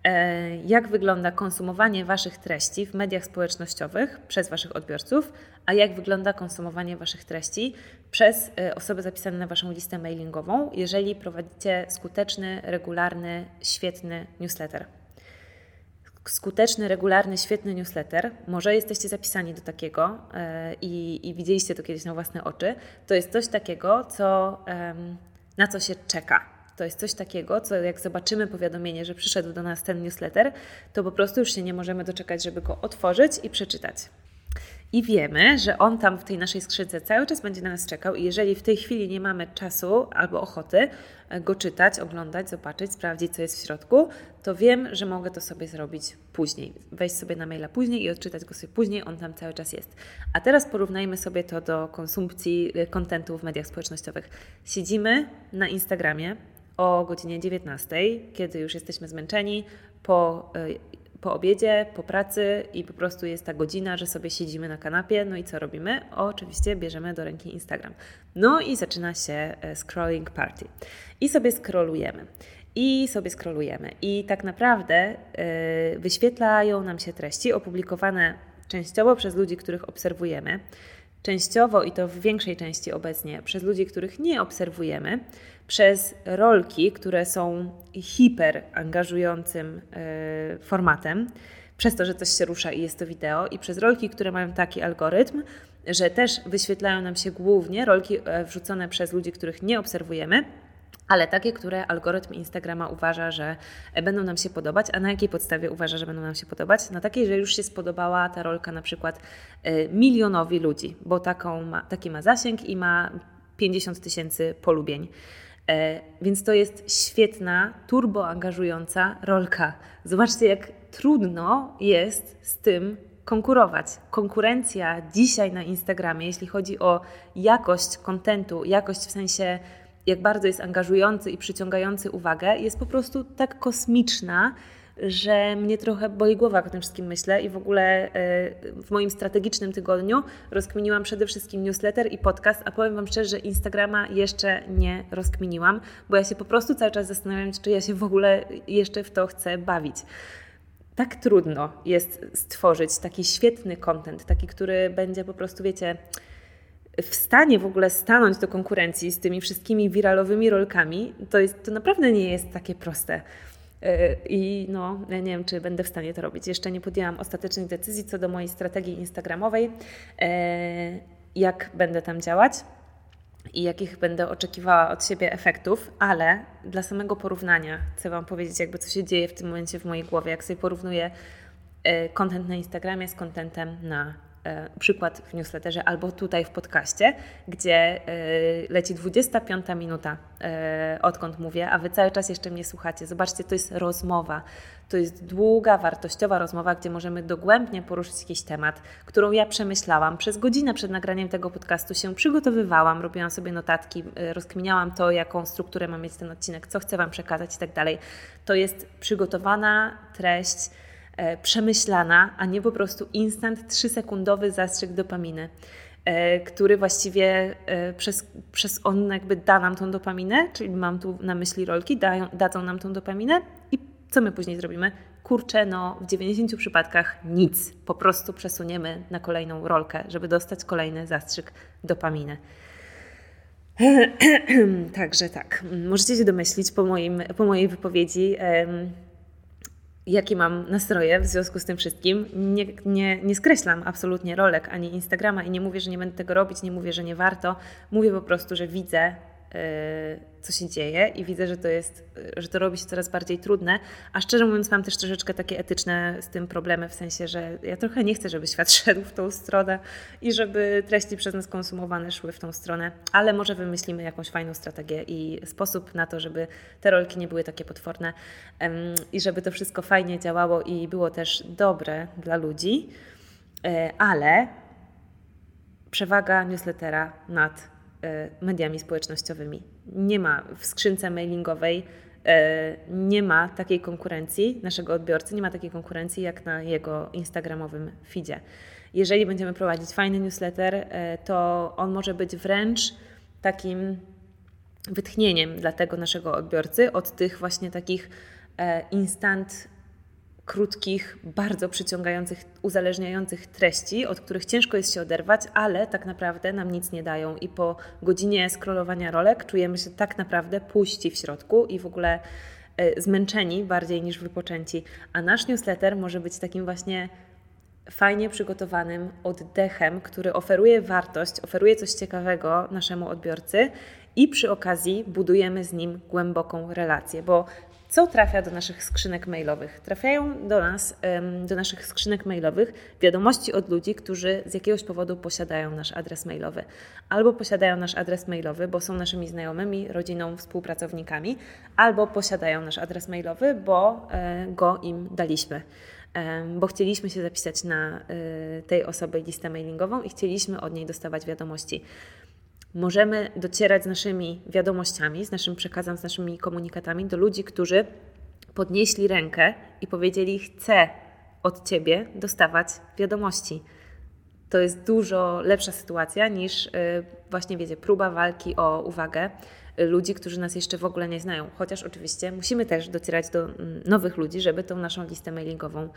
jak wygląda konsumowanie Waszych treści w mediach społecznościowych przez Waszych odbiorców, a jak wygląda konsumowanie Waszych treści przez osoby zapisane na Waszą listę mailingową, jeżeli prowadzicie skuteczny, regularny, świetny newsletter. Skuteczny, regularny, świetny newsletter, może jesteście zapisani do takiego i widzieliście to kiedyś na własne oczy, to jest coś takiego, na co się czeka. To jest coś takiego, co jak zobaczymy powiadomienie, że przyszedł do nas ten newsletter, to po prostu już się nie możemy doczekać, żeby go otworzyć i przeczytać. I wiemy, że on tam w tej naszej skrzynce cały czas będzie na nas czekał i jeżeli w tej chwili nie mamy czasu albo ochoty go czytać, oglądać, zobaczyć, sprawdzić, co jest w środku, to wiem, że mogę to sobie zrobić później. Wejść sobie na maila później i odczytać go sobie później, on tam cały czas jest. A teraz porównajmy sobie to do konsumpcji kontentu w mediach społecznościowych. Siedzimy na Instagramie o godzinie 19, kiedy już jesteśmy zmęczeni, po obiedzie, po pracy i po prostu jest ta godzina, że sobie siedzimy na kanapie, no i co robimy? Oczywiście bierzemy do ręki Instagram. No i zaczyna się scrolling party. I sobie scrollujemy. I tak naprawdę wyświetlają nam się treści opublikowane częściowo przez ludzi, których obserwujemy, częściowo i to w większej części obecnie przez ludzi, których nie obserwujemy, przez rolki, które są hiper angażującym formatem, przez to, że coś się rusza i jest to wideo i przez rolki, które mają taki algorytm, że też wyświetlają nam się głównie rolki wrzucone przez ludzi, których nie obserwujemy, ale takie, które algorytm Instagrama uważa, że będą nam się podobać. A na jakiej podstawie uważa, że będą nam się podobać? Na takiej, że już się spodobała ta rolka na przykład milionowi ludzi, bo taki ma zasięg i ma 50 000 polubień. Więc to jest świetna, turbo angażująca rolka. Zobaczcie, jak trudno jest z tym konkurować. Konkurencja dzisiaj na Instagramie, jeśli chodzi o jakość kontentu, jakość w sensie jak bardzo jest angażujący i przyciągający uwagę, jest po prostu tak kosmiczna, że mnie trochę boli głowa, jak o tym wszystkim myślę i w ogóle w moim strategicznym tygodniu rozkminiłam przede wszystkim newsletter i podcast, a powiem Wam szczerze, że Instagrama jeszcze nie rozkminiłam, bo ja się po prostu cały czas zastanawiam, czy ja się w ogóle jeszcze w to chcę bawić. Tak trudno jest stworzyć taki świetny content, taki, który będzie po prostu, wiecie, w stanie w ogóle stanąć do konkurencji z tymi wszystkimi wiralowymi rolkami. To naprawdę nie jest takie proste. I ja nie wiem, czy będę w stanie to robić. Jeszcze nie podjęłam ostatecznych decyzji co do mojej strategii instagramowej, jak będę tam działać i jakich będę oczekiwała od siebie efektów, ale dla samego porównania chcę Wam powiedzieć, jakby co się dzieje w tym momencie w mojej głowie, jak sobie porównuję content na Instagramie z contentem na przykład w newsletterze albo tutaj w podcaście, gdzie leci 25 minuta, odkąd mówię, a Wy cały czas jeszcze mnie słuchacie. Zobaczcie, to jest rozmowa. To jest długa, wartościowa rozmowa, gdzie możemy dogłębnie poruszyć jakiś temat, którą ja przemyślałam. Przez godzinę przed nagraniem tego podcastu się przygotowywałam, robiłam sobie notatki, rozkminiałam to, jaką strukturę ma mieć ten odcinek, co chcę Wam przekazać i tak dalej. To jest przygotowana treść, przemyślana, a nie po prostu instant 3-sekundowy zastrzyk dopaminy, który właściwie przez on jakby da nam tą dopaminę, czyli mam tu na myśli rolki, dadzą nam tą dopaminę i co my później zrobimy? Kurczę, w 90 przypadkach nic. Po prostu przesuniemy na kolejną rolkę, żeby dostać kolejny zastrzyk dopaminy. Także tak, możecie się domyślić po mojej wypowiedzi, jakie mam nastroje w związku z tym wszystkim. Nie skreślam absolutnie rolek ani Instagrama i nie mówię, że nie będę tego robić, nie mówię, że nie warto. Mówię po prostu, że widzę, co się dzieje i widzę, że to robi się coraz bardziej trudne, a szczerze mówiąc mam też troszeczkę takie etyczne z tym problemy, w sensie, że ja trochę nie chcę, żeby świat szedł w tą stronę i żeby treści przez nas konsumowane szły w tą stronę, ale może wymyślimy jakąś fajną strategię i sposób na to, żeby te rolki nie były takie potworne i żeby to wszystko fajnie działało i było też dobre dla ludzi, ale przewaga newslettera nad mediami społecznościowymi. Nie ma w skrzynce mailingowej, nie ma takiej konkurencji naszego odbiorcy, nie ma takiej konkurencji jak na jego instagramowym feedzie. Jeżeli będziemy prowadzić fajny newsletter, to on może być wręcz takim wytchnieniem dla tego naszego odbiorcy od tych właśnie takich instant krótkich, bardzo przyciągających, uzależniających treści, od których ciężko jest się oderwać, ale tak naprawdę nam nic nie dają i po godzinie scrollowania rolek czujemy się tak naprawdę puści w środku i w ogóle zmęczeni bardziej niż wypoczęci. A nasz newsletter może być takim właśnie fajnie przygotowanym oddechem, który oferuje wartość, oferuje coś ciekawego naszemu odbiorcy i przy okazji budujemy z nim głęboką relację, bo co trafia do naszych skrzynek mailowych? Trafiają do naszych skrzynek mailowych wiadomości od ludzi, którzy z jakiegoś powodu posiadają nasz adres mailowy. Albo posiadają nasz adres mailowy, bo są naszymi znajomymi, rodziną, współpracownikami, albo posiadają nasz adres mailowy, bo go im daliśmy. Bo chcieliśmy się zapisać na tej osoby listę mailingową i chcieliśmy od niej dostawać wiadomości. Możemy docierać z naszymi wiadomościami, z naszym przekazem, z naszymi komunikatami do ludzi, którzy podnieśli rękę i powiedzieli: chcę od Ciebie dostawać wiadomości. To jest dużo lepsza sytuacja niż właśnie, wiecie, próba walki o uwagę ludzi, którzy nas jeszcze w ogóle nie znają. Chociaż oczywiście musimy też docierać do nowych ludzi, żeby tą naszą listę mailingową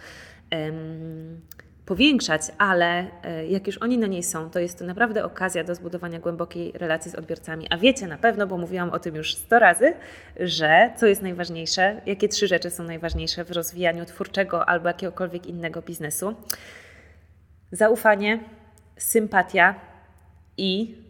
powiększać, ale jak już oni na niej są, to jest to naprawdę okazja do zbudowania głębokiej relacji z odbiorcami. A wiecie na pewno, bo mówiłam o tym już 100 razy, że co jest najważniejsze, jakie 3 rzeczy są najważniejsze w rozwijaniu twórczego albo jakiegokolwiek innego biznesu. Zaufanie, sympatia i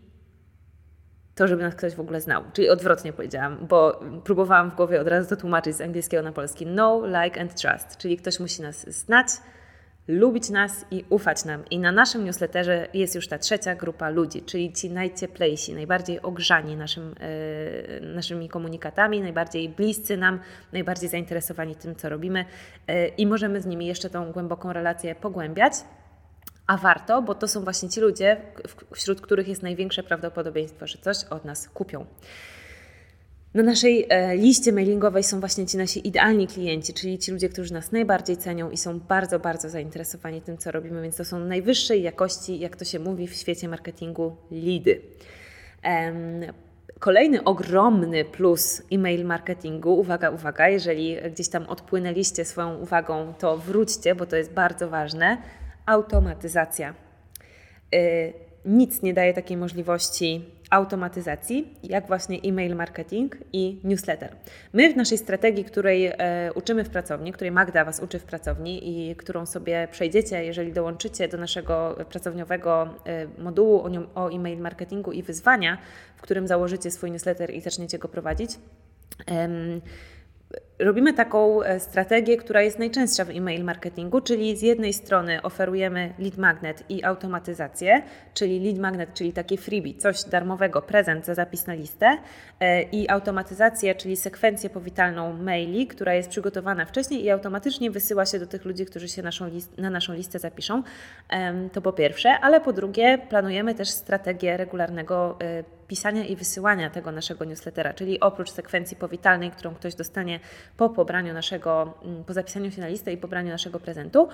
to, żeby nas ktoś w ogóle znał. Czyli odwrotnie powiedziałam, bo próbowałam w głowie od razu to tłumaczyć z angielskiego na polski. Know, like and trust, czyli ktoś musi nas znać, lubić nas i ufać nam. I na naszym newsletterze jest już ta 3. grupa ludzi, czyli ci najcieplejsi, najbardziej ogrzani naszymi komunikatami, najbardziej bliscy nam, najbardziej zainteresowani tym, co robimy i możemy z nimi jeszcze tą głęboką relację pogłębiać. A warto, bo to są właśnie ci ludzie, wśród których jest największe prawdopodobieństwo, że coś od nas kupią. Na naszej liście mailingowej są właśnie ci nasi idealni klienci, czyli ci ludzie, którzy nas najbardziej cenią i są bardzo, bardzo zainteresowani tym, co robimy, więc to są najwyższej jakości, jak to się mówi w świecie marketingu, leady. Kolejny ogromny plus e-mail marketingu, uwaga, jeżeli gdzieś tam odpłynęliście swoją uwagą, to wróćcie, bo to jest bardzo ważne, automatyzacja. Nic nie daje takiej możliwości automatyzacji, jak właśnie e-mail marketing i newsletter. My w naszej strategii, której uczymy w pracowni, której Magda Was uczy w pracowni i którą sobie przejdziecie, jeżeli dołączycie do naszego pracowniowego modułu o e-mail marketingu i wyzwania, w którym założycie swój newsletter i zaczniecie go prowadzić, robimy taką strategię, która jest najczęstsza w e-mail marketingu, czyli z jednej strony oferujemy lead magnet i automatyzację, czyli lead magnet, czyli takie freebie, coś darmowego, prezent za zapis na listę i automatyzację, czyli sekwencję powitalną maili, która jest przygotowana wcześniej i automatycznie wysyła się do tych ludzi, którzy się na naszą listę zapiszą. To po pierwsze, ale po drugie planujemy też strategię regularnego pisania i wysyłania tego naszego newslettera, czyli oprócz sekwencji powitalnej, którą ktoś dostanie po zapisaniu się na listę i pobraniu naszego prezentu,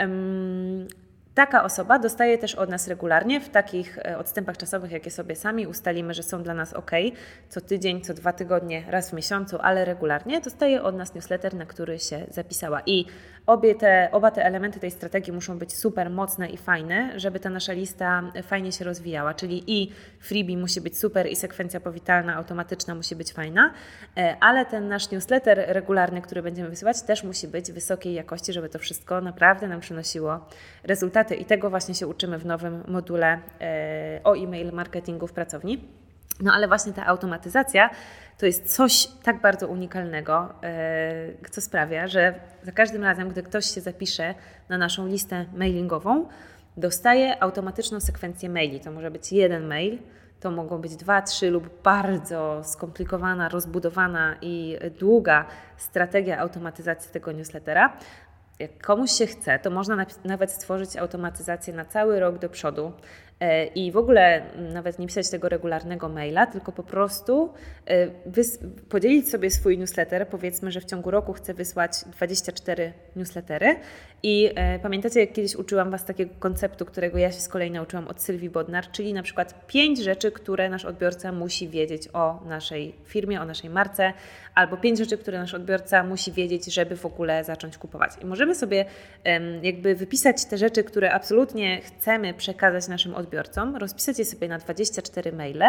taka osoba dostaje też od nas regularnie w takich odstępach czasowych, jakie sobie sami ustalimy, że są dla nas ok, co tydzień, co 2 tygodnie, raz w miesiącu, ale regularnie dostaje od nas newsletter, na który się zapisała. I oba te elementy tej strategii muszą być super mocne i fajne, żeby ta nasza lista fajnie się rozwijała, czyli i freebie musi być super i sekwencja powitalna, automatyczna musi być fajna, ale ten nasz newsletter regularny, który będziemy wysyłać, też musi być wysokiej jakości, żeby to wszystko naprawdę nam przynosiło rezultaty. I tego właśnie się uczymy w nowym module o e-mail marketingu w pracowni. No ale właśnie ta automatyzacja to jest coś tak bardzo unikalnego, co sprawia, że za każdym razem, gdy ktoś się zapisze na naszą listę mailingową, dostaje automatyczną sekwencję maili. To może być jeden mail, to mogą być 2, 3 lub bardzo skomplikowana, rozbudowana i długa strategia automatyzacji tego newslettera. Jak komuś się chce, to można nawet stworzyć automatyzację na cały rok do przodu i w ogóle nawet nie pisać tego regularnego maila, tylko po prostu podzielić sobie swój newsletter. Powiedzmy, że w ciągu roku chcę wysłać 24 newslettery i pamiętacie, jak kiedyś uczyłam Was takiego konceptu, którego ja się z kolei nauczyłam od Sylwii Bodnar, czyli na przykład 5 rzeczy, które nasz odbiorca musi wiedzieć o naszej firmie, o naszej marce, albo 5 rzeczy, które nasz odbiorca musi wiedzieć, żeby w ogóle zacząć kupować. I możemy sobie jakby wypisać te rzeczy, które absolutnie chcemy przekazać naszym odbiorcom, rozpisać je sobie na 24 maile,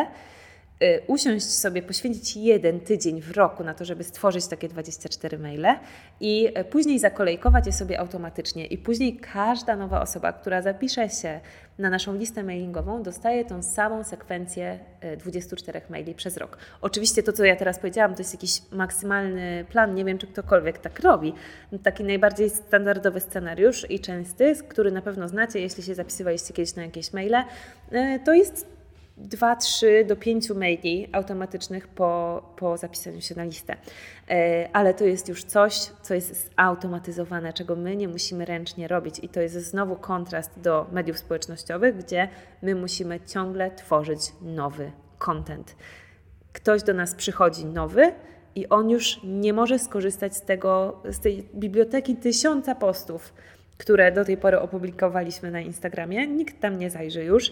usiąść sobie, poświęcić 1 tydzień w roku na to, żeby stworzyć takie 24 maile i później zakolejkować je sobie automatycznie i później każda nowa osoba, która zapisze się na naszą listę mailingową, dostaje tą samą sekwencję 24 maili przez rok. Oczywiście to, co ja teraz powiedziałam, to jest jakiś maksymalny plan, nie wiem, czy ktokolwiek tak robi. Taki najbardziej standardowy scenariusz i częsty, który na pewno znacie, jeśli się zapisywaliście kiedyś na jakieś maile, to jest 2, 3 do 5 maili automatycznych po zapisaniu się na listę. Ale to jest już coś, co jest zautomatyzowane, czego my nie musimy ręcznie robić i to jest znowu kontrast do mediów społecznościowych, gdzie my musimy ciągle tworzyć nowy content. Ktoś do nas przychodzi nowy i on już nie może skorzystać z tej biblioteki 1000 postów, które do tej pory opublikowaliśmy na Instagramie. Nikt tam nie zajrzy już.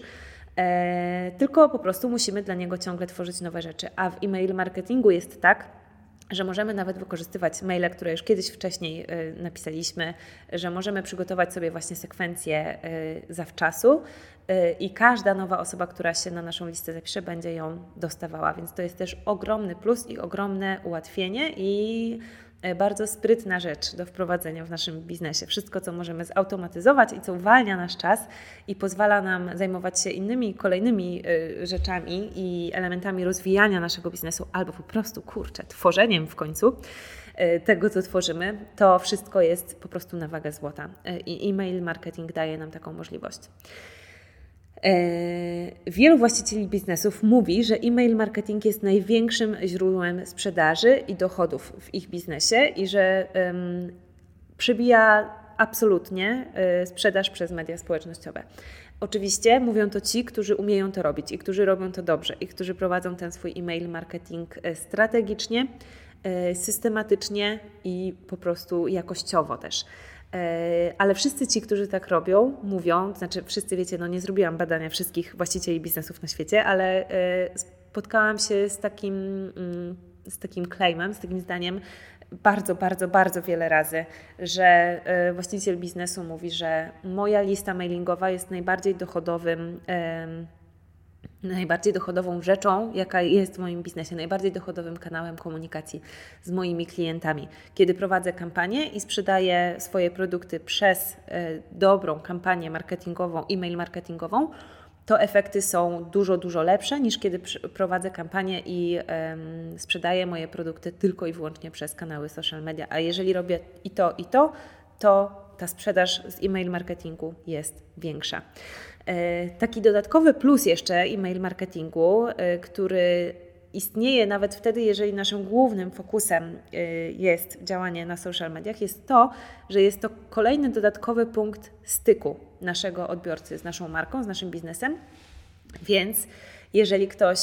Tylko po prostu musimy dla niego ciągle tworzyć nowe rzeczy. A w e-mail marketingu jest tak, że możemy nawet wykorzystywać maile, które już kiedyś wcześniej napisaliśmy, że możemy przygotować sobie właśnie sekwencję zawczasu i każda nowa osoba, która się na naszą listę zapisze, będzie ją dostawała. Więc to jest też ogromny plus i ogromne ułatwienie i bardzo sprytna rzecz do wprowadzenia w naszym biznesie. Wszystko, co możemy zautomatyzować i co uwalnia nasz czas i pozwala nam zajmować się innymi, kolejnymi rzeczami i elementami rozwijania naszego biznesu albo po prostu, tworzeniem w końcu tego, co tworzymy, to wszystko jest po prostu na wagę złota. I e-mail marketing daje nam taką możliwość. Wielu właścicieli biznesów mówi, że e-mail marketing jest największym źródłem sprzedaży i dochodów w ich biznesie i że przybija absolutnie sprzedaż przez media społecznościowe. Oczywiście mówią to ci, którzy umieją to robić i którzy robią to dobrze i którzy prowadzą ten swój e-mail marketing strategicznie, systematycznie i po prostu jakościowo też. Ale wszyscy ci, którzy tak robią, mówią, znaczy wszyscy wiecie, no nie zrobiłam badania wszystkich właścicieli biznesów na świecie, ale spotkałam się z takim claimem, z takim zdaniem bardzo, bardzo, bardzo wiele razy, że właściciel biznesu mówi, że moja lista mailingowa jest najbardziej dochodową rzeczą, jaka jest w moim biznesie, najbardziej dochodowym kanałem komunikacji z moimi klientami. Kiedy prowadzę kampanię i sprzedaję swoje produkty przez dobrą kampanię marketingową, e-mail marketingową, to efekty są dużo, dużo lepsze niż kiedy prowadzę kampanię i sprzedaję moje produkty tylko i wyłącznie przez kanały social media. A jeżeli robię i to, to ta sprzedaż z e-mail marketingu jest większa. Taki dodatkowy plus jeszcze e-mail marketingu, który istnieje nawet wtedy, jeżeli naszym głównym fokusem jest działanie na social mediach, jest to, że jest to kolejny dodatkowy punkt styku naszego odbiorcy z naszą marką, z naszym biznesem. Więc jeżeli ktoś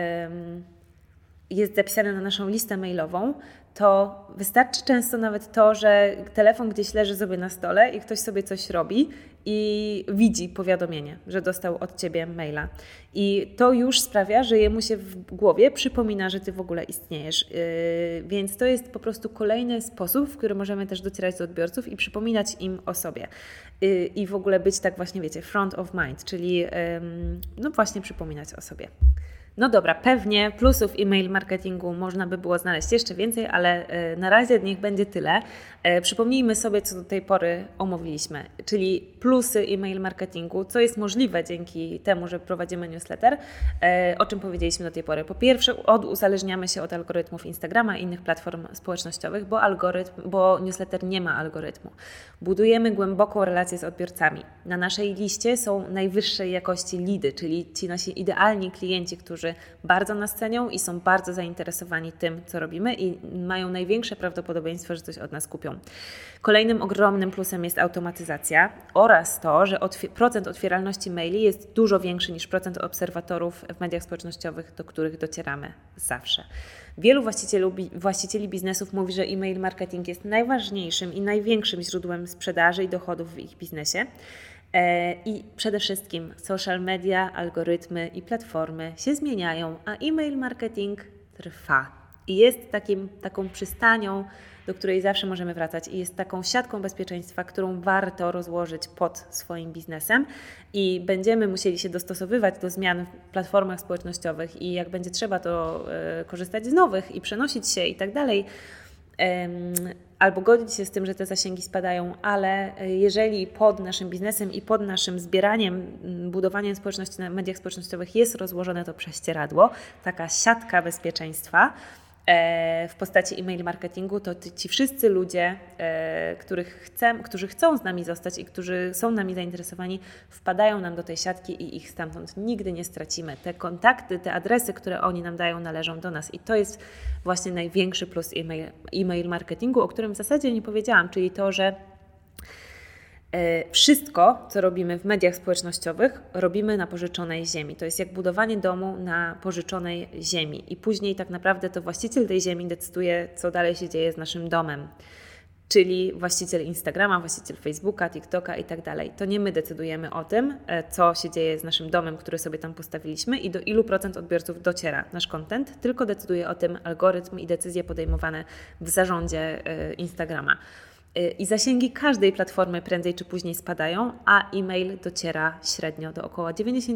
jest zapisany na naszą listę mailową, to wystarczy często nawet to, że telefon gdzieś leży sobie na stole i ktoś sobie coś robi i widzi powiadomienie, że dostał od Ciebie maila. I to już sprawia, że jemu się w głowie przypomina, że Ty w ogóle istniejesz. Więc to jest po prostu kolejny sposób, w który możemy też docierać do odbiorców i przypominać im o sobie. I w ogóle być tak właśnie, wiecie, front of mind, czyli no właśnie przypominać o sobie. No dobra, pewnie plusów e-mail marketingu można by było znaleźć jeszcze więcej, ale na razie niech będzie tyle. Przypomnijmy sobie, co do tej pory omówiliśmy, czyli plusy e-mail marketingu, co jest możliwe dzięki temu, że prowadzimy newsletter, o czym powiedzieliśmy do tej pory. Po pierwsze, uzależniamy się od algorytmów Instagrama i innych platform społecznościowych, bo newsletter nie ma algorytmu. Budujemy głęboką relację z odbiorcami. Na naszej liście są najwyższej jakości leady, czyli ci nasi idealni klienci, którzy bardzo nas cenią i są bardzo zainteresowani tym, co robimy i mają największe prawdopodobieństwo, że coś od nas kupią. Kolejnym ogromnym plusem jest automatyzacja oraz to, że procent otwieralności maili jest dużo większy niż procent obserwatorów w mediach społecznościowych, do których docieramy zawsze. Wielu właścicieli biznesów mówi, że e-mail marketing jest najważniejszym i największym źródłem sprzedaży i dochodów w ich biznesie. I przede wszystkim social media, algorytmy i platformy się zmieniają, a e-mail marketing trwa. I jest taką przystanią, do której zawsze możemy wracać i jest taką siatką bezpieczeństwa, którą warto rozłożyć pod swoim biznesem i będziemy musieli się dostosowywać do zmian w platformach społecznościowych i jak będzie trzeba, to korzystać z nowych i przenosić się i tak dalej. Albo godzić się z tym, że te zasięgi spadają, ale jeżeli pod naszym biznesem i pod naszym zbieraniem, budowaniem społeczności na mediach społecznościowych jest rozłożone to prześcieradło, taka siatka bezpieczeństwa w postaci e-mail marketingu, to ci wszyscy ludzie, którzy chcą z nami zostać i którzy są nami zainteresowani, wpadają nam do tej siatki i ich stamtąd nigdy nie stracimy. Te kontakty, te adresy, które oni nam dają, należą do nas i to jest właśnie największy plus e-mail marketingu, o którym w zasadzie nie powiedziałam, czyli to, że wszystko, co robimy w mediach społecznościowych, robimy na pożyczonej ziemi. To jest jak budowanie domu na pożyczonej ziemi i później tak naprawdę to właściciel tej ziemi decyduje, co dalej się dzieje z naszym domem. Czyli właściciel Instagrama, właściciel Facebooka, TikToka i tak dalej. To nie my decydujemy o tym, co się dzieje z naszym domem, który sobie tam postawiliśmy i do ilu procent odbiorców dociera nasz content, tylko decyduje o tym algorytm i decyzje podejmowane w zarządzie Instagrama. I zasięgi każdej platformy prędzej czy później spadają, a e-mail dociera średnio do około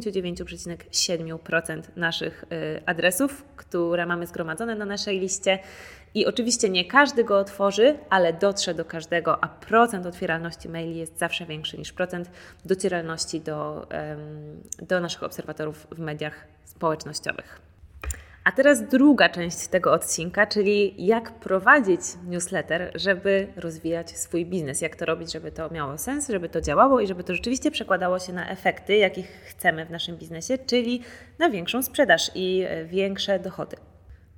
99,7% naszych adresów, które mamy zgromadzone na naszej liście. I oczywiście nie każdy go otworzy, ale dotrze do każdego, a procent otwieralności maili jest zawsze większy niż procent docieralności do naszych obserwatorów w mediach społecznościowych. A teraz druga część tego odcinka, czyli jak prowadzić newsletter, żeby rozwijać swój biznes. Jak to robić, żeby to miało sens, żeby to działało i żeby to rzeczywiście przekładało się na efekty, jakich chcemy w naszym biznesie, czyli na większą sprzedaż i większe dochody.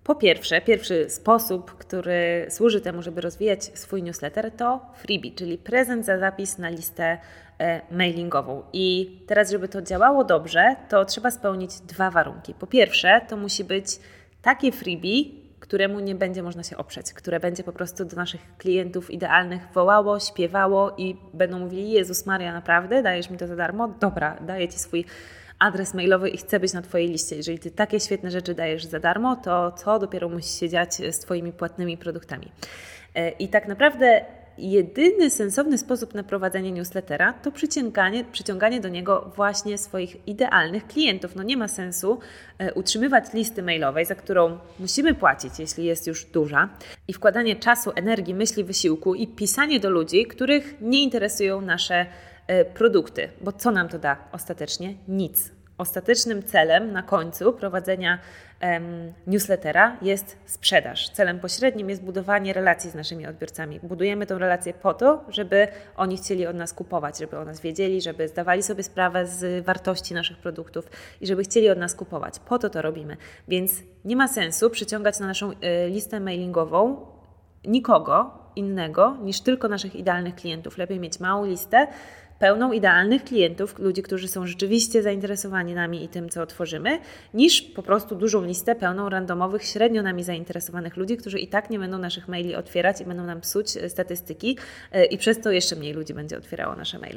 Po pierwsze, pierwszy sposób, który służy temu, żeby rozwijać swój newsletter, to freebie, czyli prezent za zapis na listę mailingową. I teraz, żeby to działało dobrze, to trzeba spełnić 2 warunki. Po pierwsze, to musi być takie freebie, któremu nie będzie można się oprzeć, które będzie po prostu do naszych klientów idealnych wołało, śpiewało i będą mówili: Jezus Maria, naprawdę? Dajesz mi to za darmo? Dobra, daję Ci swój adres mailowy i chcę być na Twojej liście. Jeżeli Ty takie świetne rzeczy dajesz za darmo, to co dopiero musi się dziać z Twoimi płatnymi produktami? I tak naprawdę jedyny sensowny sposób na prowadzenie newslettera to przyciąganie do niego właśnie swoich idealnych klientów. No nie ma sensu utrzymywać listy mailowej, za którą musimy płacić, jeśli jest już duża, i wkładanie czasu, energii, myśli, wysiłku i pisanie do ludzi, których nie interesują nasze produkty. Bo co nam to da ostatecznie? Nic. Ostatecznym celem na końcu prowadzenia newslettera jest sprzedaż. Celem pośrednim jest budowanie relacji z naszymi odbiorcami. Budujemy tę relację po to, żeby oni chcieli od nas kupować, żeby o nas wiedzieli, żeby zdawali sobie sprawę z wartości naszych produktów i żeby chcieli od nas kupować. Po to robimy. Więc nie ma sensu przyciągać na naszą listę mailingową nikogo innego niż tylko naszych idealnych klientów. Lepiej mieć małą listę, pełną idealnych klientów, ludzi, którzy są rzeczywiście zainteresowani nami i tym, co tworzymy, niż po prostu dużą listę pełną randomowych, średnio nami zainteresowanych ludzi, którzy i tak nie będą naszych maili otwierać i będą nam psuć statystyki i przez to jeszcze mniej ludzi będzie otwierało nasze maile.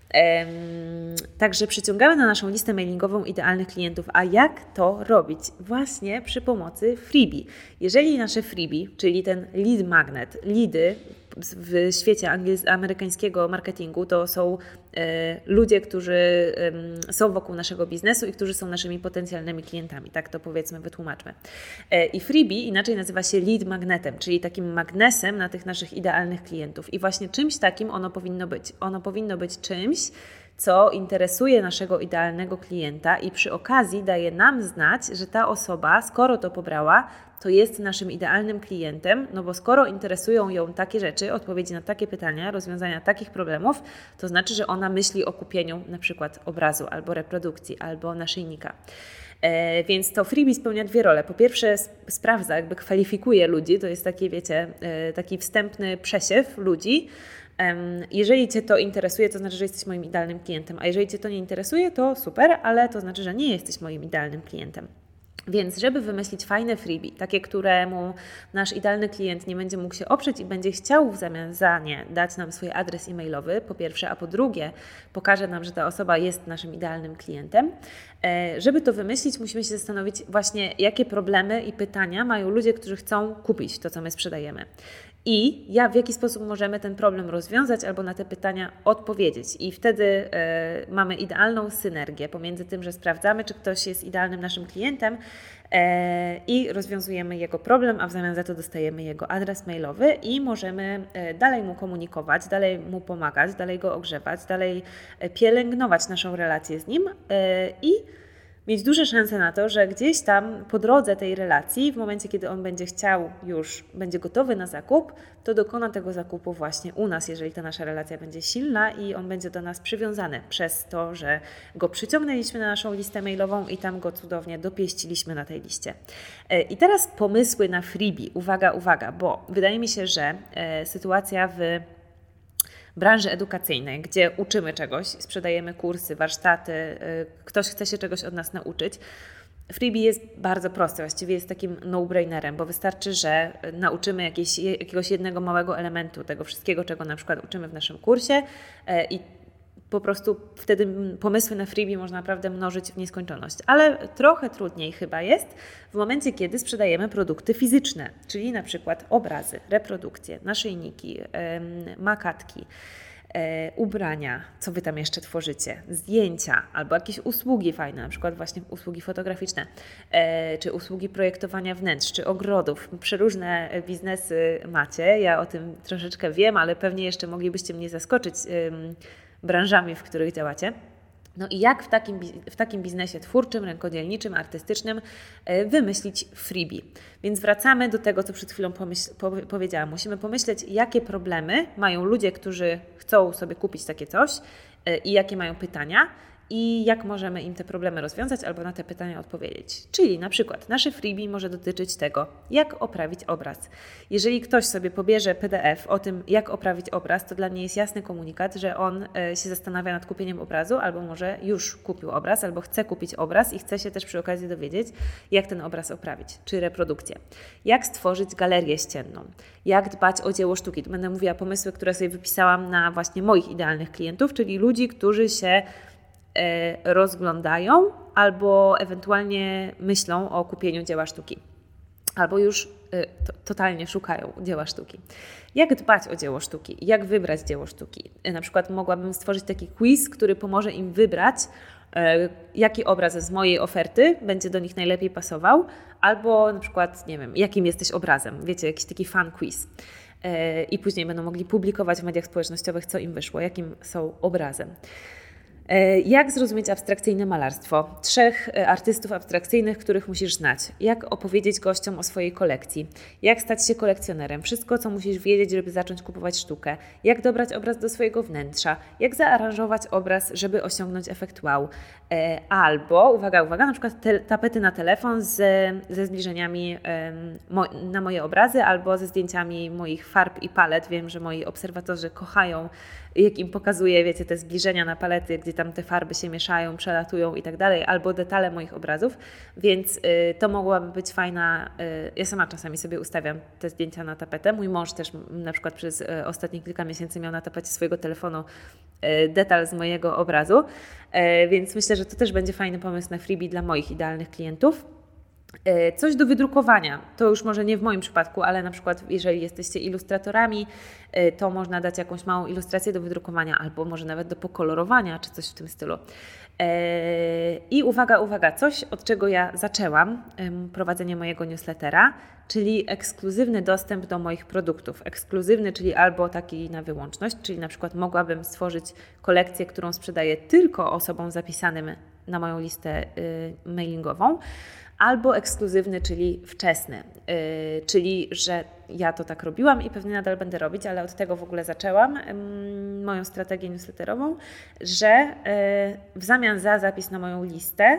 Także przyciągamy na naszą listę mailingową idealnych klientów. A jak to robić? Właśnie przy pomocy Jeżeli nasze freebie, czyli ten lead magnet, leady w świecie amerykańskiego marketingu to są ludzie, którzy są wokół naszego biznesu i którzy są naszymi potencjalnymi klientami. Tak to powiedzmy, wytłumaczmy. I freebie inaczej nazywa się lead magnetem, czyli takim magnesem na tych naszych idealnych klientów. I właśnie czymś takim ono powinno być. Ono powinno być czymś, co interesuje naszego idealnego klienta i przy okazji daje nam znać, że ta osoba, skoro to pobrała, to jest naszym idealnym klientem, no bo skoro interesują ją takie rzeczy, odpowiedzi na takie pytania, rozwiązania takich problemów, to znaczy, że ona myśli o kupieniu na przykład obrazu albo reprodukcji, albo naszyjnika. Więc to freebie spełnia 2 role. Po pierwsze sprawdza, jakby kwalifikuje ludzi, to jest taki, wiecie, taki wstępny przesiew ludzi. Jeżeli Cię to interesuje, to znaczy, że jesteś moim idealnym klientem, a jeżeli Cię to nie interesuje, to super, ale to znaczy, że nie jesteś moim idealnym klientem. Więc żeby wymyślić fajne freebie, takie, któremu nasz idealny klient nie będzie mógł się oprzeć i będzie chciał w zamian za nie dać nam swój adres e-mailowy, po pierwsze, a po drugie pokaże nam, że ta osoba jest naszym idealnym klientem. Żeby to wymyślić, musimy się zastanowić właśnie, jakie problemy i pytania mają ludzie, którzy chcą kupić to, co my sprzedajemy. I w jaki sposób możemy ten problem rozwiązać albo na te pytania odpowiedzieć. I wtedy mamy idealną synergię pomiędzy tym, że sprawdzamy, czy ktoś jest idealnym naszym klientem i rozwiązujemy jego problem, a w zamian za to dostajemy jego adres mailowy i możemy dalej mu komunikować, dalej mu pomagać, dalej go ogrzewać, dalej pielęgnować naszą relację z nim i mieć duże szanse na to, że gdzieś tam po drodze tej relacji, w momencie, kiedy on będzie chciał będzie gotowy na zakup, to dokona tego zakupu właśnie u nas, jeżeli ta nasza relacja będzie silna i on będzie do nas przywiązany przez to, że go przyciągnęliśmy na naszą listę mailową i tam go cudownie dopieściliśmy na tej liście. I teraz pomysły na freebie. Uwaga, bo wydaje mi się, że sytuacja w branży edukacyjnej, gdzie uczymy czegoś, sprzedajemy kursy, warsztaty, ktoś chce się czegoś od nas nauczyć. Freebie jest bardzo prosty, właściwie jest takim no-brainerem, bo wystarczy, że nauczymy jakiegoś jednego małego elementu tego wszystkiego, czego na przykład uczymy w naszym kursie i po prostu wtedy pomysły na freebie można naprawdę mnożyć w nieskończoność. Ale trochę trudniej chyba jest w momencie, kiedy sprzedajemy produkty fizyczne, czyli na przykład obrazy, reprodukcje, naszyjniki, makatki, ubrania, co Wy tam jeszcze tworzycie, zdjęcia albo jakieś usługi fajne, na przykład właśnie usługi fotograficzne, czy usługi projektowania wnętrz, czy ogrodów. Przeróżne biznesy macie, ja o tym troszeczkę wiem, ale pewnie jeszcze moglibyście mnie zaskoczyć branżami, w których działacie. No i jak w takim biznesie twórczym, rękodzielniczym, artystycznym wymyślić freebie. Więc wracamy do tego, co przed chwilą powiedziałam. Musimy pomyśleć, jakie problemy mają ludzie, którzy chcą sobie kupić takie coś i jakie mają pytania i jak możemy im te problemy rozwiązać albo na te pytania odpowiedzieć. Czyli na przykład nasze freebie może dotyczyć tego, jak oprawić obraz. Jeżeli ktoś sobie pobierze PDF o tym, jak oprawić obraz, to dla mnie jest jasny komunikat, że on się zastanawia nad kupieniem obrazu, albo może już kupił obraz, albo chce kupić obraz i chce się też przy okazji dowiedzieć, jak ten obraz oprawić, czy reprodukcję. Jak stworzyć galerię ścienną, jak dbać o dzieło sztuki. Tu będę mówiła pomysły, które sobie wypisałam na właśnie moich idealnych klientów, czyli ludzi, którzy się rozglądają albo ewentualnie myślą o kupieniu dzieła sztuki, albo już totalnie szukają dzieła sztuki. Jak dbać o dzieło sztuki? Jak wybrać dzieło sztuki? Na przykład mogłabym stworzyć taki quiz, który pomoże im wybrać, jaki obraz z mojej oferty będzie do nich najlepiej pasował, albo na przykład, nie wiem, jakim jesteś obrazem. Wiecie, jakiś taki fan quiz. I później będą mogli publikować w mediach społecznościowych, co im wyszło, jakim są obrazem. Jak zrozumieć abstrakcyjne malarstwo? 3 artystów abstrakcyjnych, których musisz znać. Jak opowiedzieć gościom o swojej kolekcji? Jak stać się kolekcjonerem? Wszystko, co musisz wiedzieć, żeby zacząć kupować sztukę. Jak dobrać obraz do swojego wnętrza? Jak zaaranżować obraz, żeby osiągnąć efekt wow? Albo, uwaga, na przykład tapety na telefon ze zbliżeniami na moje obrazy albo ze zdjęciami moich farb i palet. Wiem, że moi obserwatorzy kochają, jak im pokazuję, wiecie, te zbliżenia na palety, gdzie tam te farby się mieszają, przelatują i tak dalej, albo detale moich obrazów, więc to mogłaby być fajna, ja sama czasami sobie ustawiam te zdjęcia na tapetę, mój mąż też na przykład przez ostatnie kilka miesięcy miał na tapecie swojego telefonu detal z mojego obrazu, więc myślę, że to też będzie fajny pomysł na freebie dla moich idealnych klientów. Coś do wydrukowania, to już może nie w moim przypadku, ale na przykład jeżeli jesteście ilustratorami, to można dać jakąś małą ilustrację do wydrukowania albo może nawet do pokolorowania, czy coś w tym stylu. I uwaga, coś od czego ja zaczęłam prowadzenie mojego newslettera, czyli ekskluzywny dostęp do moich produktów. Ekskluzywny, czyli albo taki na wyłączność, czyli na przykład mogłabym stworzyć kolekcję, którą sprzedaję tylko osobom zapisanym na moją listę mailingową, albo ekskluzywny, czyli wczesny, czyli że ja to tak robiłam i pewnie nadal będę robić, ale od tego w ogóle zaczęłam moją strategię newsletterową, że w zamian za zapis na moją listę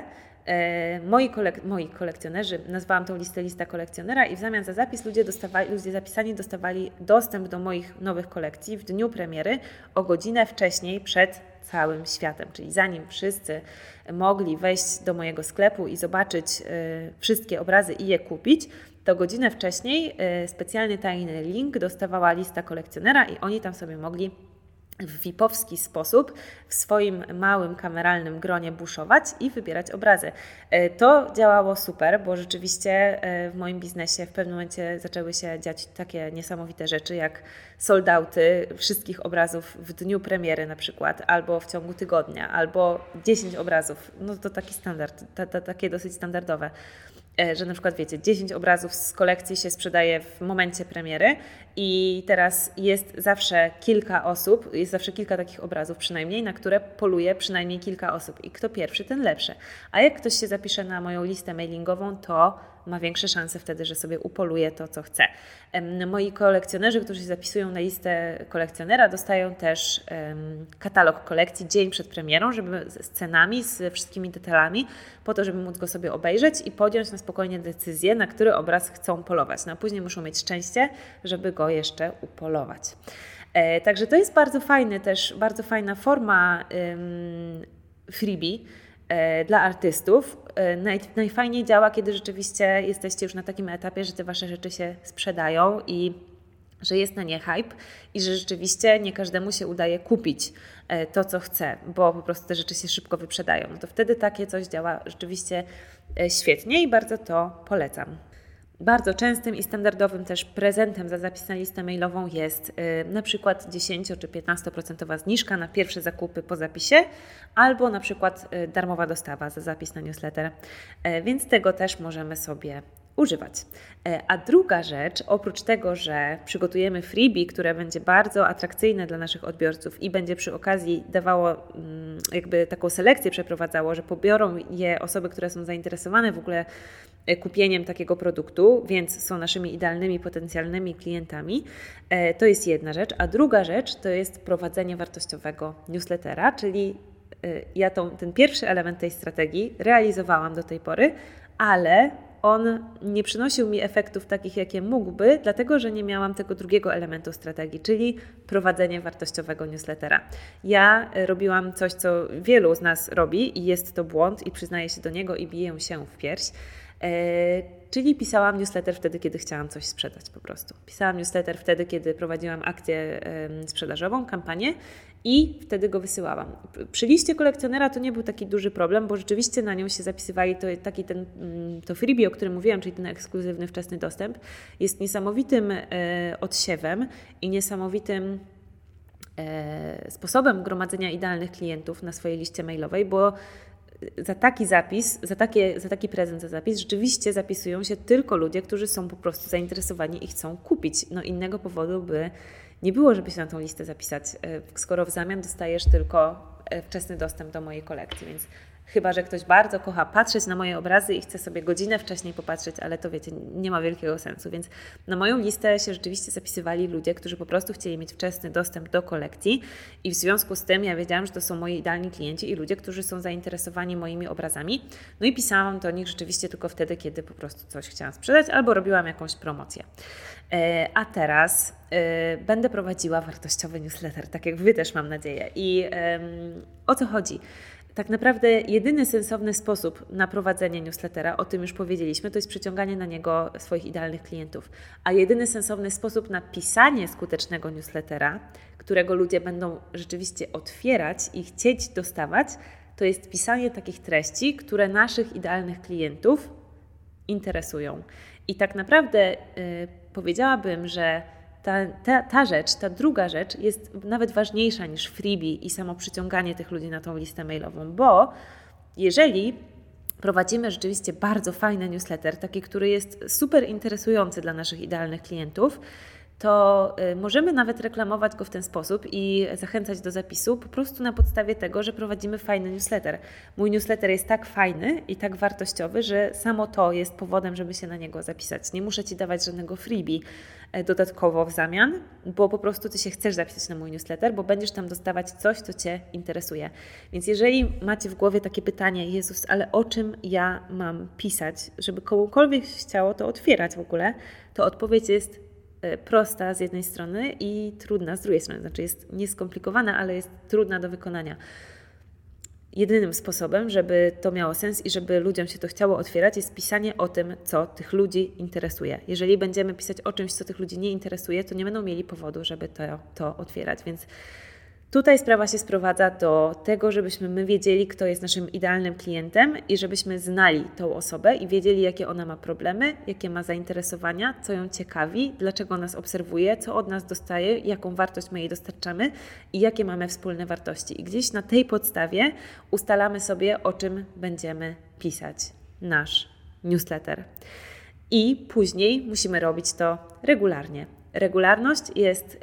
moi kolekcjonerzy, nazwałam tą lista kolekcjonera i w zamian za zapis ludzie zapisani dostawali dostęp do moich nowych kolekcji w dniu premiery o godzinę wcześniej przed całym światem, czyli zanim wszyscy mogli wejść do mojego sklepu i zobaczyć wszystkie obrazy i je kupić, to godzinę wcześniej specjalny tajny link dostawała lista kolekcjonera i oni tam sobie mogli w VIP-owski sposób w swoim małym kameralnym gronie buszować i wybierać obrazy. To działało super, bo rzeczywiście w moim biznesie w pewnym momencie zaczęły się dziać takie niesamowite rzeczy jak sold outy wszystkich obrazów w dniu premiery na przykład, albo w ciągu tygodnia, albo 10 obrazów. No to taki standard, takie dosyć standardowe. Że na przykład wiecie, 10 obrazów z kolekcji się sprzedaje w momencie premiery i teraz jest zawsze kilka takich obrazów przynajmniej, na które poluje przynajmniej kilka osób i kto pierwszy, ten lepszy. A jak ktoś się zapisze na moją listę mailingową, to ma większe szanse wtedy, że sobie upoluje to, co chce. Moi kolekcjonerzy, którzy się zapisują na listę kolekcjonera, dostają też katalog kolekcji dzień przed premierą, z cenami, z wszystkimi detalami, po to, żeby móc go sobie obejrzeć i podjąć na spokojnie decyzję, na który obraz chcą polować. No a później muszą mieć szczęście, żeby go jeszcze upolować. Także to jest bardzo fajna forma freebie dla artystów. Najfajniej działa, kiedy rzeczywiście jesteście już na takim etapie, że te Wasze rzeczy się sprzedają i że jest na nie hype i że rzeczywiście nie każdemu się udaje kupić to, co chce, bo po prostu te rzeczy się szybko wyprzedają. No to wtedy takie coś działa rzeczywiście świetnie i bardzo to polecam. Bardzo częstym i standardowym też prezentem za zapis na listę mailową jest na przykład 10 czy 15% zniżka na pierwsze zakupy po zapisie albo na przykład darmowa dostawa za zapis na newsletter, więc tego też możemy sobie używać. A druga rzecz, oprócz tego, że przygotujemy freebie, które będzie bardzo atrakcyjne dla naszych odbiorców i będzie przy okazji dawało, jakby taką selekcję przeprowadzało, że pobiorą je osoby, które są zainteresowane w ogóle kupieniem takiego produktu, więc są naszymi idealnymi, potencjalnymi klientami. To jest jedna rzecz. A druga rzecz to jest prowadzenie wartościowego newslettera, czyli ja ten pierwszy element tej strategii realizowałam do tej pory, ale on nie przynosił mi efektów takich, jakie mógłby, dlatego że nie miałam tego drugiego elementu strategii, czyli prowadzenie wartościowego newslettera. Ja robiłam coś, co wielu z nas robi i jest to błąd i przyznaję się do niego i biję się w pierś, czyli pisałam newsletter wtedy, kiedy chciałam coś sprzedać po prostu. Pisałam newsletter wtedy, kiedy prowadziłam akcję sprzedażową, kampanię i wtedy go wysyłałam. Przy liście kolekcjonera to nie był taki duży problem, bo rzeczywiście na nią się zapisywali, to freebie, o którym mówiłam, czyli ten ekskluzywny wczesny dostęp, jest niesamowitym odsiewem i niesamowitym sposobem gromadzenia idealnych klientów na swojej liście mailowej, bo za taki zapis, za taki prezent, za zapis rzeczywiście zapisują się tylko ludzie, którzy są po prostu zainteresowani i chcą kupić. No innego powodu by nie było, żeby się na tą listę zapisać, skoro w zamian dostajesz tylko wczesny dostęp do mojej kolekcji, więc chyba że ktoś bardzo kocha patrzeć na moje obrazy i chce sobie godzinę wcześniej popatrzeć, ale to wiecie, nie ma wielkiego sensu, więc na moją listę się rzeczywiście zapisywali ludzie, którzy po prostu chcieli mieć wczesny dostęp do kolekcji i w związku z tym ja wiedziałam, że to są moi idealni klienci i ludzie, którzy są zainteresowani moimi obrazami, no i pisałam do nich rzeczywiście tylko wtedy, kiedy po prostu coś chciałam sprzedać albo robiłam jakąś promocję. A teraz będę prowadziła wartościowy newsletter, tak jak Wy też mam nadzieję. I o co chodzi? Tak naprawdę jedyny sensowny sposób na prowadzenie newslettera, o tym już powiedzieliśmy, to jest przyciąganie na niego swoich idealnych klientów. A jedyny sensowny sposób na pisanie skutecznego newslettera, którego ludzie będą rzeczywiście otwierać i chcieć dostawać, to jest pisanie takich treści, które naszych idealnych klientów interesują. I tak naprawdę powiedziałabym, że ta rzecz, ta druga rzecz jest nawet ważniejsza niż freebie i samo przyciąganie tych ludzi na tą listę mailową, bo jeżeli prowadzimy rzeczywiście bardzo fajny newsletter, taki, który jest super interesujący dla naszych idealnych klientów, to możemy nawet reklamować go w ten sposób i zachęcać do zapisu po prostu na podstawie tego, że prowadzimy fajny newsletter. Mój newsletter jest tak fajny i tak wartościowy, że samo to jest powodem, żeby się na niego zapisać. Nie muszę Ci dawać żadnego freebie dodatkowo w zamian, bo po prostu Ty się chcesz zapisać na mój newsletter, bo będziesz tam dostawać coś, co Cię interesuje. Więc jeżeli macie w głowie takie pytanie, Jezus, ale o czym ja mam pisać, żeby komukolwiek się chciało to otwierać w ogóle, to odpowiedź jest prosta z jednej strony i trudna z drugiej strony. Znaczy jest nieskomplikowana, ale jest trudna do wykonania. Jedynym sposobem, żeby to miało sens i żeby ludziom się to chciało otwierać, jest pisanie o tym, co tych ludzi interesuje. Jeżeli będziemy pisać o czymś, co tych ludzi nie interesuje, to nie będą mieli powodu, żeby to otwierać. Więc tutaj sprawa się sprowadza do tego, żebyśmy my wiedzieli, kto jest naszym idealnym klientem i żebyśmy znali tą osobę i wiedzieli, jakie ona ma problemy, jakie ma zainteresowania, co ją ciekawi, dlaczego nas obserwuje, co od nas dostaje, jaką wartość my jej dostarczamy i jakie mamy wspólne wartości. I gdzieś na tej podstawie ustalamy sobie, o czym będziemy pisać nasz newsletter. I później musimy robić to regularnie. Regularność jest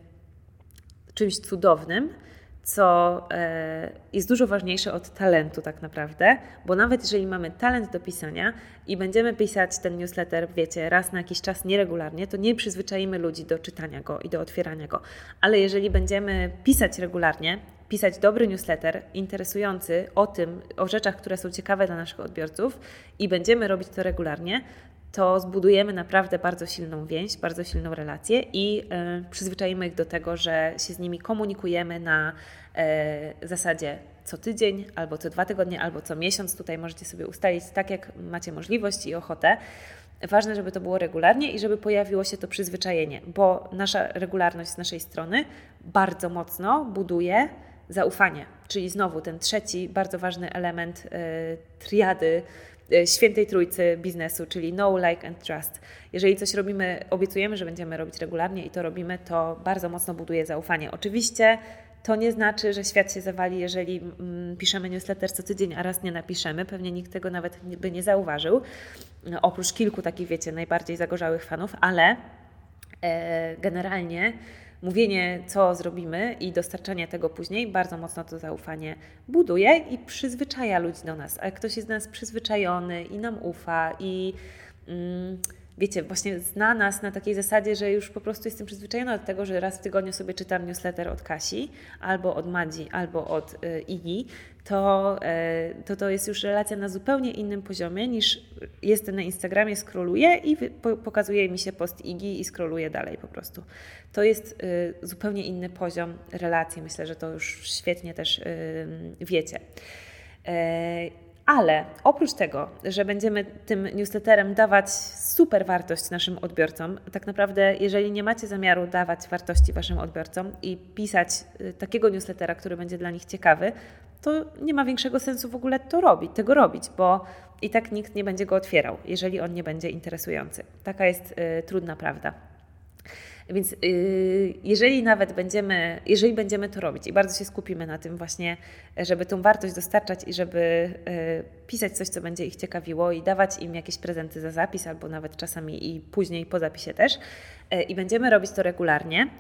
czymś cudownym, co jest dużo ważniejsze od talentu tak naprawdę, bo nawet jeżeli mamy talent do pisania i będziemy pisać ten newsletter, wiecie, raz na jakiś czas nieregularnie, to nie przyzwyczaimy ludzi do czytania go i do otwierania go. Ale jeżeli będziemy pisać regularnie, pisać dobry newsletter, interesujący o rzeczach, które są ciekawe dla naszych odbiorców i będziemy robić to regularnie, to zbudujemy naprawdę bardzo silną więź, bardzo silną relację i przyzwyczajimy ich do tego, że się z nimi komunikujemy na zasadzie co tydzień, albo co 2 tygodnie, albo co miesiąc. Tutaj możecie sobie ustalić tak, jak macie możliwość i ochotę. Ważne, żeby to było regularnie i żeby pojawiło się to przyzwyczajenie, bo nasza regularność z naszej strony bardzo mocno buduje zaufanie. Czyli znowu ten trzeci bardzo ważny element triady świętej trójcy biznesu, czyli know, like and trust. Jeżeli coś robimy, obiecujemy, że będziemy robić regularnie i to robimy, to bardzo mocno buduje zaufanie. Oczywiście to nie znaczy, że świat się zawali, jeżeli piszemy newsletter co tydzień, a raz nie napiszemy. Pewnie nikt tego nawet by nie zauważył. Oprócz kilku takich, wiecie, najbardziej zagorzałych fanów, ale generalnie mówienie, co zrobimy i dostarczanie tego później bardzo mocno to zaufanie buduje i przyzwyczaja ludzi do nas. A jak ktoś jest do nas przyzwyczajony i nam ufa i wiecie, właśnie zna nas na takiej zasadzie, że już po prostu jestem przyzwyczajona do tego, że raz w tygodniu sobie czytam newsletter od Kasi, albo od Madzi, albo od Igi, to jest już relacja na zupełnie innym poziomie niż jestem na Instagramie, scrolluję i pokazuje mi się post Igi i scrolluję dalej po prostu. To jest zupełnie inny poziom relacji. Myślę, że to już świetnie też wiecie. Ale oprócz tego, że będziemy tym newsletterem dawać super wartość naszym odbiorcom, tak naprawdę jeżeli nie macie zamiaru dawać wartości waszym odbiorcom i pisać takiego newslettera, który będzie dla nich ciekawy, to nie ma większego sensu w ogóle tego robić, bo i tak nikt nie będzie go otwierał, jeżeli on nie będzie interesujący. Taka jest trudna prawda. Więc jeżeli będziemy to robić i bardzo się skupimy na tym właśnie, żeby tą wartość dostarczać i żeby pisać coś, co będzie ich ciekawiło i dawać im jakieś prezenty za zapis albo nawet czasami i później po zapisie też i będziemy robić to regularnie,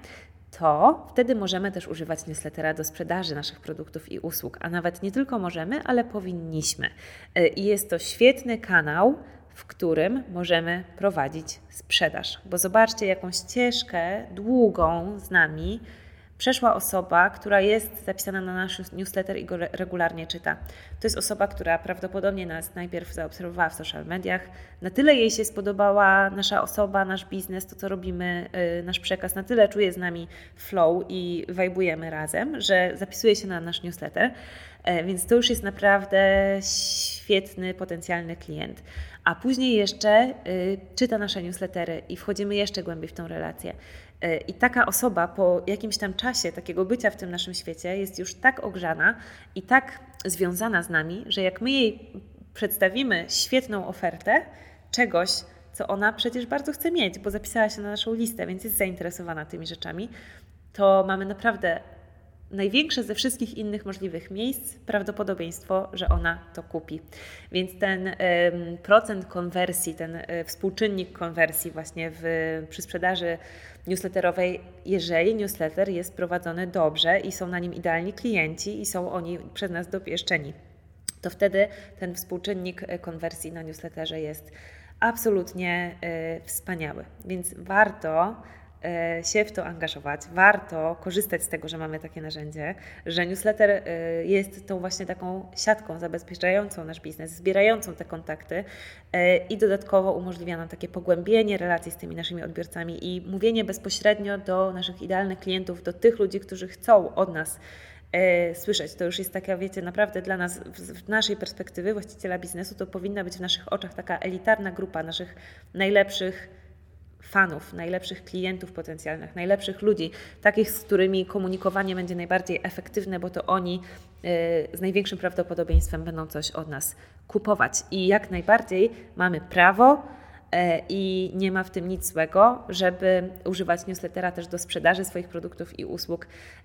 to wtedy możemy też używać newslettera do sprzedaży naszych produktów i usług, a nawet nie tylko możemy, ale powinniśmy. I jest to świetny kanał, w którym możemy prowadzić sprzedaż. Bo zobaczcie, jaką ścieżkę długą z nami przeszła osoba, która jest zapisana na nasz newsletter i go regularnie czyta. To jest osoba, która prawdopodobnie nas najpierw zaobserwowała w social mediach. Na tyle jej się spodobała nasza osoba, nasz biznes, to co robimy, nasz przekaz, na tyle czuje z nami flow i wajbujemy razem, że zapisuje się na nasz newsletter. Więc to już jest naprawdę świetny, potencjalny klient. A później jeszcze czyta nasze newslettery i wchodzimy jeszcze głębiej w tą relację. I taka osoba po jakimś tam czasie takiego bycia w tym naszym świecie jest już tak ogrzana i tak związana z nami, że jak my jej przedstawimy świetną ofertę czegoś, co ona przecież bardzo chce mieć, bo zapisała się na naszą listę, więc jest zainteresowana tymi rzeczami, to mamy naprawdę największe ze wszystkich innych możliwych miejsc prawdopodobieństwo, że ona to kupi. Więc ten procent konwersji, ten współczynnik konwersji właśnie przy sprzedaży newsletterowej, jeżeli newsletter jest prowadzony dobrze i są na nim idealni klienci i są oni przez nas dopieszczeni, to wtedy ten współczynnik konwersji na newsletterze jest absolutnie wspaniały. Więc warto się w to angażować, warto korzystać z tego, że mamy takie narzędzie, że newsletter jest tą właśnie taką siatką zabezpieczającą nasz biznes, zbierającą te kontakty i dodatkowo umożliwia nam takie pogłębienie relacji z tymi naszymi odbiorcami i mówienie bezpośrednio do naszych idealnych klientów, do tych ludzi, którzy chcą od nas słyszeć. To już jest taka, wiecie, naprawdę dla nas, w naszej perspektywy właściciela biznesu, to powinna być w naszych oczach taka elitarna grupa naszych najlepszych fanów, najlepszych klientów potencjalnych, najlepszych ludzi, takich, z którymi komunikowanie będzie najbardziej efektywne, bo to oni z największym prawdopodobieństwem będą coś od nas kupować. I jak najbardziej mamy prawo i nie ma w tym nic złego, żeby używać newslettera też do sprzedaży swoich produktów i usług.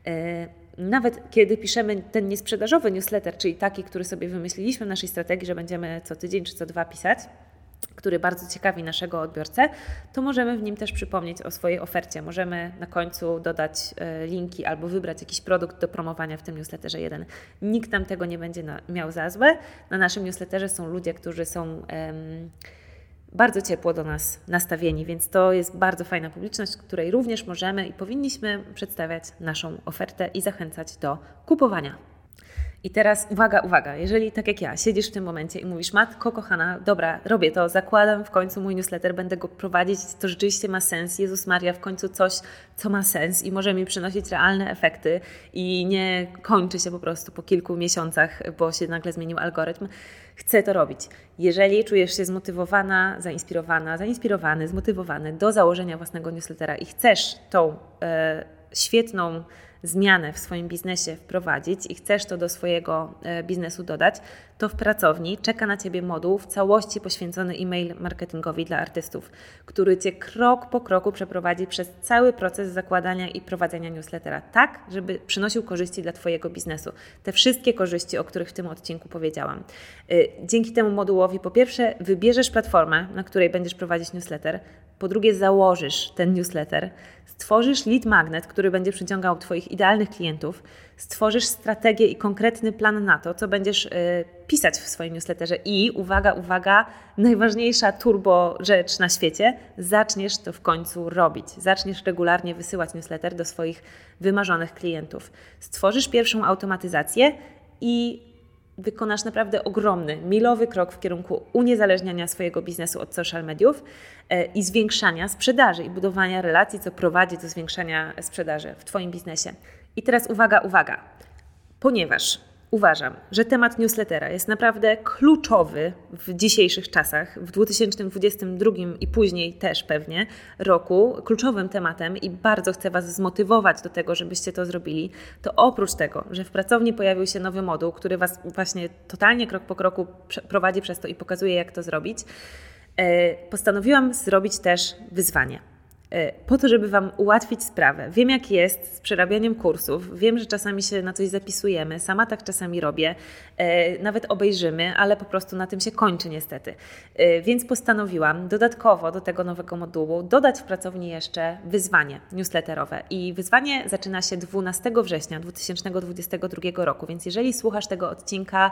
Nawet kiedy piszemy ten niesprzedażowy newsletter, czyli taki, który sobie wymyśliliśmy w naszej strategii, że będziemy co tydzień czy co 2 pisać, który bardzo ciekawi naszego odbiorcę, to możemy w nim też przypomnieć o swojej ofercie. Możemy na końcu dodać linki albo wybrać jakiś produkt do promowania w tym newsletterze jeden. Nikt tam tego nie będzie miał za złe. Na naszym newsletterze są ludzie, którzy są bardzo ciepło do nas nastawieni, więc to jest bardzo fajna publiczność, której również możemy i powinniśmy przedstawiać naszą ofertę i zachęcać do kupowania. I teraz uwaga, jeżeli tak jak ja siedzisz w tym momencie i mówisz: matko kochana, dobra, robię to, zakładam w końcu mój newsletter, będę go prowadzić, to rzeczywiście ma sens, Jezus Maria, w końcu coś, co ma sens i może mi przynosić realne efekty i nie kończy się po prostu po kilku miesiącach, bo się nagle zmienił algorytm. Chcę to robić. Jeżeli czujesz się zmotywowana, zainspirowany, zmotywowany do założenia własnego newslettera i chcesz tą świetną zmianę w swoim biznesie wprowadzić i chcesz to do swojego biznesu dodać, to w pracowni czeka na Ciebie moduł w całości poświęcony e-mail marketingowi dla artystów, który Cię krok po kroku przeprowadzi przez cały proces zakładania i prowadzenia newslettera, tak, żeby przynosił korzyści dla Twojego biznesu. Te wszystkie korzyści, o których w tym odcinku powiedziałam. Dzięki temu modułowi po pierwsze wybierzesz platformę, na której będziesz prowadzić newsletter, po drugie założysz ten newsletter, stworzysz lead magnet, który będzie przyciągał Twoich idealnych klientów, stworzysz strategię i konkretny plan na to, co będziesz pisać w swoim newsletterze i uwaga, najważniejsza turbo rzecz na świecie, zaczniesz to w końcu robić. Zaczniesz regularnie wysyłać newsletter do swoich wymarzonych klientów. Stworzysz pierwszą automatyzację i wykonasz naprawdę ogromny, milowy krok w kierunku uniezależniania swojego biznesu od social mediów i zwiększania sprzedaży i budowania relacji, co prowadzi do zwiększania sprzedaży w Twoim biznesie. I teraz uwaga, ponieważ uważam, że temat newslettera jest naprawdę kluczowy w dzisiejszych czasach, w 2022 i później też pewnie roku, kluczowym tematem i bardzo chcę Was zmotywować do tego, żebyście to zrobili, to oprócz tego, że w pracowni pojawił się nowy moduł, który Was właśnie totalnie krok po kroku prowadzi przez to i pokazuje, jak to zrobić, postanowiłam zrobić też wyzwanie. Po to, żeby Wam ułatwić sprawę. Wiem, jak jest z przerabianiem kursów, wiem, że czasami się na coś zapisujemy, sama tak czasami robię, nawet obejrzymy, ale po prostu na tym się kończy niestety. Więc postanowiłam dodatkowo do tego nowego modułu dodać w pracowni jeszcze wyzwanie newsletterowe. I wyzwanie zaczyna się 12 września 2022 roku, więc jeżeli słuchasz tego odcinka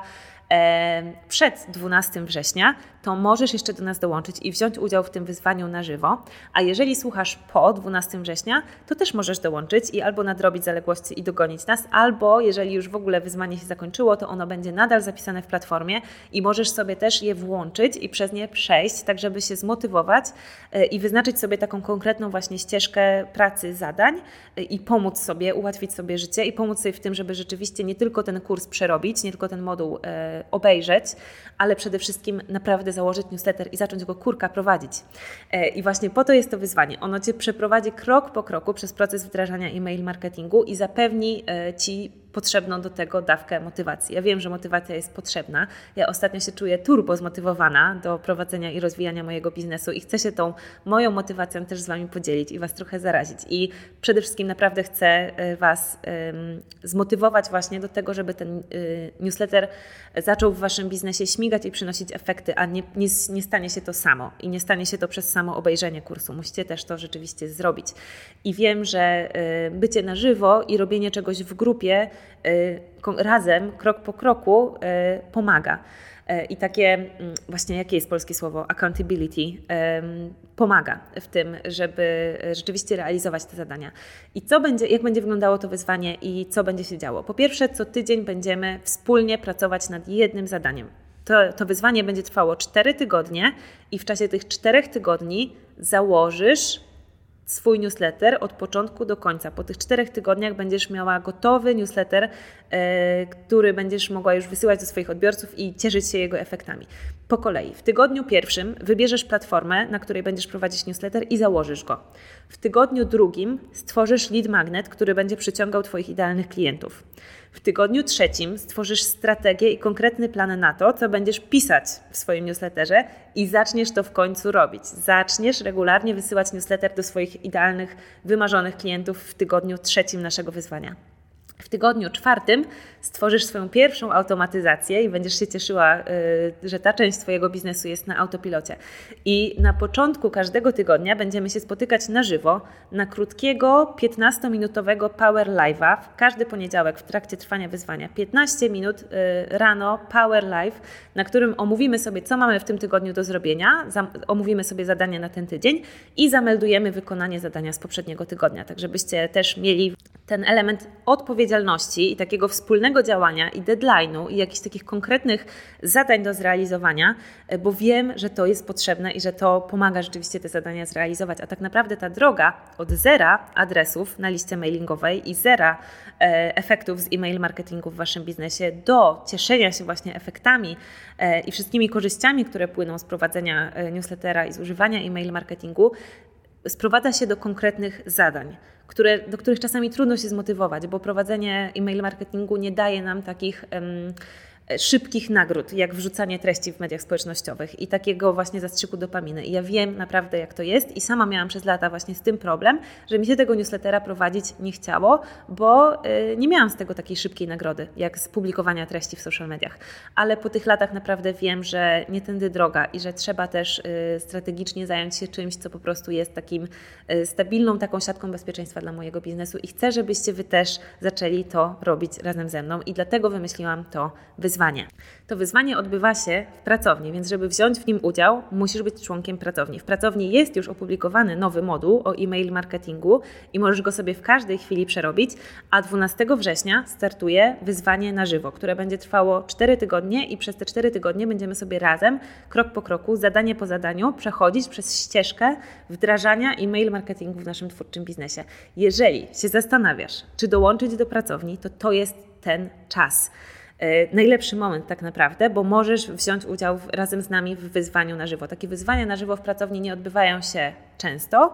przed 12 września, to możesz jeszcze do nas dołączyć i wziąć udział w tym wyzwaniu na żywo, a jeżeli słuchasz po 12 września, to też możesz dołączyć i albo nadrobić zaległości i dogonić nas, albo jeżeli już w ogóle wyzwanie się zakończyło, to ono będzie nadal zapisane w platformie i możesz sobie też je włączyć i przez nie przejść, tak żeby się zmotywować i wyznaczyć sobie taką konkretną właśnie ścieżkę pracy, zadań i pomóc sobie, ułatwić sobie życie i pomóc sobie w tym, żeby rzeczywiście nie tylko ten kurs przerobić, nie tylko ten moduł obejrzeć, ale przede wszystkim naprawdę założyć newsletter i zacząć go kurka prowadzić. I właśnie po to jest to wyzwanie. Ono Cię przeprowadzi krok po kroku przez proces wdrażania e-mail marketingu i zapewni Ci potrzebną do tego dawkę motywacji. Ja wiem, że motywacja jest potrzebna. Ja ostatnio się czuję turbo zmotywowana do prowadzenia i rozwijania mojego biznesu i chcę się tą moją motywacją też z Wami podzielić i Was trochę zarazić. I przede wszystkim naprawdę chcę Was zmotywować właśnie do tego, żeby ten newsletter zaczął w Waszym biznesie śmigać i przynosić efekty, a nie stanie się to samo i nie stanie się to przez samo obejrzenie kursu. Musicie też to rzeczywiście zrobić. I wiem, że bycie na żywo i robienie czegoś w grupie razem, krok po kroku pomaga. I takie właśnie, jakie jest polskie słowo? Accountability pomaga w tym, żeby rzeczywiście realizować te zadania. I jak będzie wyglądało to wyzwanie i co będzie się działo? Po pierwsze, co tydzień będziemy wspólnie pracować nad jednym zadaniem. To wyzwanie będzie trwało 4 tygodnie i w czasie tych 4 tygodni założysz swój newsletter od początku do końca. Po tych 4 tygodniach będziesz miała gotowy newsletter, który będziesz mogła już wysyłać do swoich odbiorców i cieszyć się jego efektami. Po kolei. W tygodniu pierwszym wybierzesz platformę, na której będziesz prowadzić newsletter i założysz go. W tygodniu drugim stworzysz lead magnet, który będzie przyciągał Twoich idealnych klientów. W tygodniu trzecim stworzysz strategię i konkretny plan na to, co będziesz pisać w swoim newsletterze i zaczniesz to w końcu robić. Zaczniesz regularnie wysyłać newsletter do swoich idealnych, wymarzonych klientów w tygodniu trzecim naszego wyzwania. W tygodniu czwartym stworzysz swoją pierwszą automatyzację i będziesz się cieszyła, że ta część Twojego biznesu jest na autopilocie. I na początku każdego tygodnia będziemy się spotykać na żywo na krótkiego, 15-minutowego Power Live'a w każdy poniedziałek w trakcie trwania wyzwania. 15 minut rano Power Live, na którym omówimy sobie, co mamy w tym tygodniu do zrobienia, omówimy sobie zadania na ten tydzień i zameldujemy wykonanie zadania z poprzedniego tygodnia. Tak żebyście też mieli ten element odpowiedzialności i takiego wspólnego działania i deadline'u i jakichś takich konkretnych zadań do zrealizowania, bo wiem, że to jest potrzebne i że to pomaga rzeczywiście te zadania zrealizować. A tak naprawdę ta droga od 0 adresów na liście mailingowej i 0 efektów z e-mail marketingu w Waszym biznesie do cieszenia się właśnie efektami i wszystkimi korzyściami, które płyną z prowadzenia newslettera i z używania e-mail marketingu, sprowadza się do konkretnych zadań, do których czasami trudno się zmotywować, bo prowadzenie e-mail marketingu nie daje nam takich szybkich nagród, jak wrzucanie treści w mediach społecznościowych i takiego właśnie zastrzyku dopaminy. I ja wiem naprawdę, jak to jest i sama miałam przez lata właśnie z tym problem, że mi się tego newslettera prowadzić nie chciało, bo nie miałam z tego takiej szybkiej nagrody, jak z publikowania treści w social mediach. Ale po tych latach naprawdę wiem, że nie tędy droga i że trzeba też strategicznie zająć się czymś, co po prostu jest takim stabilną taką siatką bezpieczeństwa dla mojego biznesu i chcę, żebyście Wy też zaczęli to robić razem ze mną i dlatego wymyśliłam to wyzwanie. To wyzwanie odbywa się w pracowni, więc żeby wziąć w nim udział, musisz być członkiem pracowni. W pracowni jest już opublikowany nowy moduł o e-mail marketingu i możesz go sobie w każdej chwili przerobić, a 12 września startuje wyzwanie na żywo, które będzie trwało 4 tygodnie i przez te 4 tygodnie będziemy sobie razem, krok po kroku, zadanie po zadaniu przechodzić przez ścieżkę wdrażania e-mail marketingu w naszym twórczym biznesie. Jeżeli się zastanawiasz, czy dołączyć do pracowni, to jest ten czas. Najlepszy moment tak naprawdę, bo możesz wziąć udział razem z nami w wyzwaniu na żywo. Takie wyzwania na żywo w pracowni nie odbywają się często,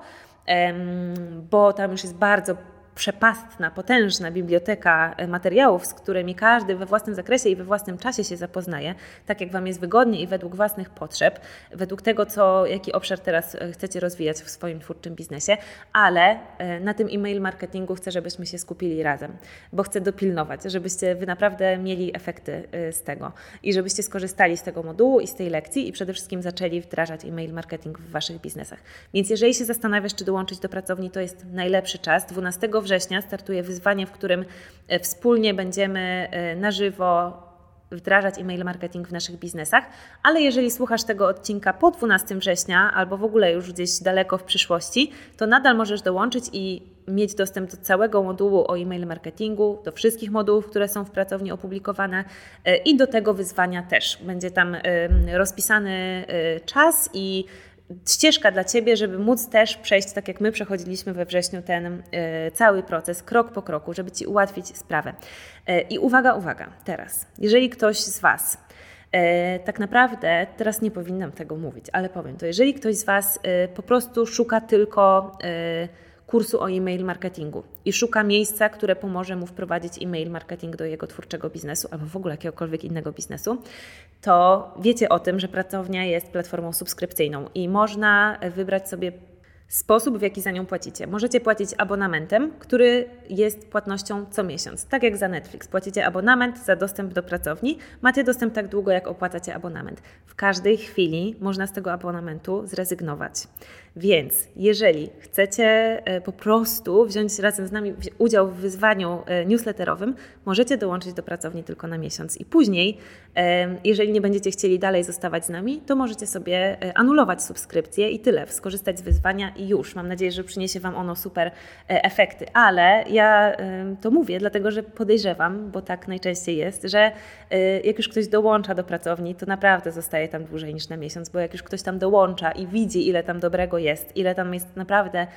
bo tam już jest bardzo przepastna, potężna biblioteka materiałów, z którymi każdy we własnym zakresie i we własnym czasie się zapoznaje, tak jak Wam jest wygodnie i według własnych potrzeb, według tego, jaki obszar teraz chcecie rozwijać w swoim twórczym biznesie, ale na tym e-mail marketingu chcę, żebyśmy się skupili razem, bo chcę dopilnować, żebyście Wy naprawdę mieli efekty z tego i żebyście skorzystali z tego modułu i z tej lekcji i przede wszystkim zaczęli wdrażać e-mail marketing w Waszych biznesach. Więc jeżeli się zastanawiasz, czy dołączyć do pracowni, to jest najlepszy czas. 12 września startuje wyzwanie, w którym wspólnie będziemy na żywo wdrażać e-mail marketing w naszych biznesach, ale jeżeli słuchasz tego odcinka po 12 września albo w ogóle już gdzieś daleko w przyszłości, to nadal możesz dołączyć i mieć dostęp do całego modułu o e-mail marketingu, do wszystkich modułów, które są w pracowni opublikowane i do tego wyzwania też. Będzie tam rozpisany czas i ścieżka dla Ciebie, żeby móc też przejść, tak jak my przechodziliśmy we wrześniu, ten cały proces, krok po kroku, żeby Ci ułatwić sprawę. I uwaga, teraz, jeżeli ktoś z Was, tak naprawdę, teraz nie powinnam tego mówić, ale powiem to, jeżeli ktoś z Was po prostu szuka tylko kursu o e-mail marketingu i szuka miejsca, które pomoże mu wprowadzić e-mail marketing do jego twórczego biznesu albo w ogóle jakiegokolwiek innego biznesu, to wiecie o tym, że pracownia jest platformą subskrypcyjną i można wybrać sobie sposób, w jaki za nią płacicie. Możecie płacić abonamentem, który jest płatnością co miesiąc. Tak jak za Netflix. Płacicie abonament za dostęp do pracowni. Macie dostęp tak długo, jak opłacacie abonament. W każdej chwili można z tego abonamentu zrezygnować. Więc jeżeli chcecie po prostu wziąć razem z nami udział w wyzwaniu newsletterowym, możecie dołączyć do pracowni tylko na miesiąc i później, jeżeli nie będziecie chcieli dalej zostawać z nami, to możecie sobie anulować subskrypcję i tyle, skorzystać z wyzwania i już. Mam nadzieję, że przyniesie Wam ono super efekty, ale ja to mówię, dlatego że podejrzewam, bo tak najczęściej jest, że jak już ktoś dołącza do pracowni, to naprawdę zostaje tam dłużej niż na miesiąc, bo jak już ktoś tam dołącza i widzi, ile tam dobrego jest, ile tam jest naprawdę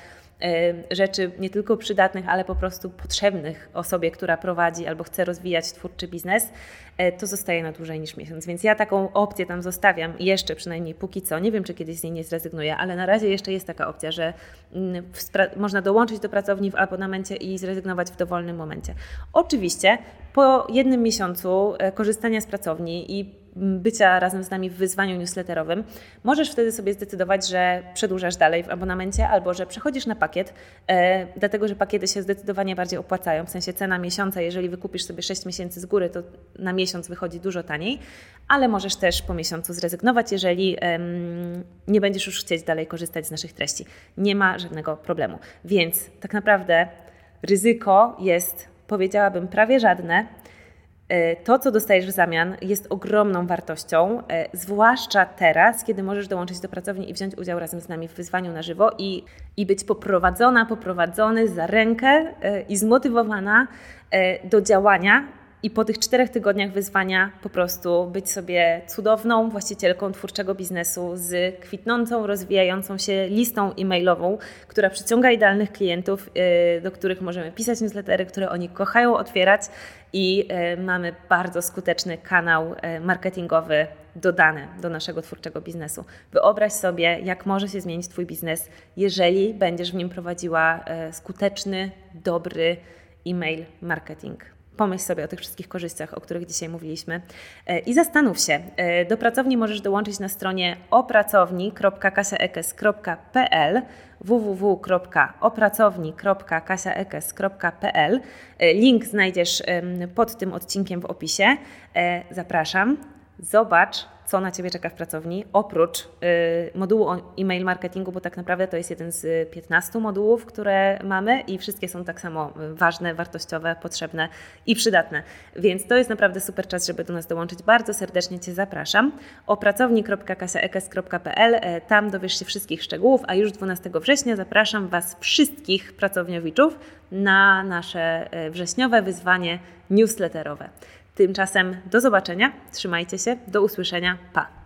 rzeczy nie tylko przydatnych, ale po prostu potrzebnych osobie, która prowadzi albo chce rozwijać twórczy biznes, to zostaje na dłużej niż miesiąc. Więc ja taką opcję tam zostawiam jeszcze przynajmniej póki co. Nie wiem, czy kiedyś z niej nie zrezygnuję, ale na razie jeszcze jest taka opcja, że można dołączyć do pracowni w abonamencie i zrezygnować w dowolnym momencie. Oczywiście po 1 miesiącu korzystania z pracowni i bycia razem z nami w wyzwaniu newsletterowym, możesz wtedy sobie zdecydować, że przedłużasz dalej w abonamencie albo że przechodzisz na pakiet, dlatego że pakiety się zdecydowanie bardziej opłacają, w sensie cena miesiąca, jeżeli wykupisz sobie 6 miesięcy z góry, to na miesiąc wychodzi dużo taniej, ale możesz też po miesiącu zrezygnować, jeżeli nie będziesz już chcieć dalej korzystać z naszych treści. Nie ma żadnego problemu. Więc tak naprawdę ryzyko jest, powiedziałabym, prawie żadne. To, co dostajesz w zamian, jest ogromną wartością, zwłaszcza teraz, kiedy możesz dołączyć do pracowni i wziąć udział razem z nami w wyzwaniu na żywo i być poprowadzony za rękę i zmotywowana do działania i po tych 4 tygodniach wyzwania po prostu być sobie cudowną właścicielką twórczego biznesu z kwitnącą, rozwijającą się listą e-mailową, która przyciąga idealnych klientów, do których możemy pisać newslettery, które oni kochają otwierać i mamy bardzo skuteczny kanał marketingowy dodany do naszego twórczego biznesu. Wyobraź sobie, jak może się zmienić Twój biznes, jeżeli będziesz w nim prowadziła skuteczny, dobry e-mail marketing. Pomyśl sobie o tych wszystkich korzyściach, o których dzisiaj mówiliśmy i zastanów się. Do pracowni możesz dołączyć na stronie opracowni.kasiaekes.pl www.opracowni.kasiaekes.pl. Link znajdziesz pod tym odcinkiem w opisie. Zapraszam. Zobacz, co na Ciebie czeka w pracowni, oprócz modułu o e-mail marketingu, bo tak naprawdę to jest jeden z 15 modułów, które mamy i wszystkie są tak samo ważne, wartościowe, potrzebne i przydatne. Więc to jest naprawdę super czas, żeby do nas dołączyć. Bardzo serdecznie Cię zapraszam. opracowni.kasiaekes.pl. Tam dowiesz się wszystkich szczegółów, a już 12 września zapraszam Was wszystkich pracowniowiczów na nasze wrześniowe wyzwanie newsletterowe. Tymczasem do zobaczenia, trzymajcie się, do usłyszenia, pa!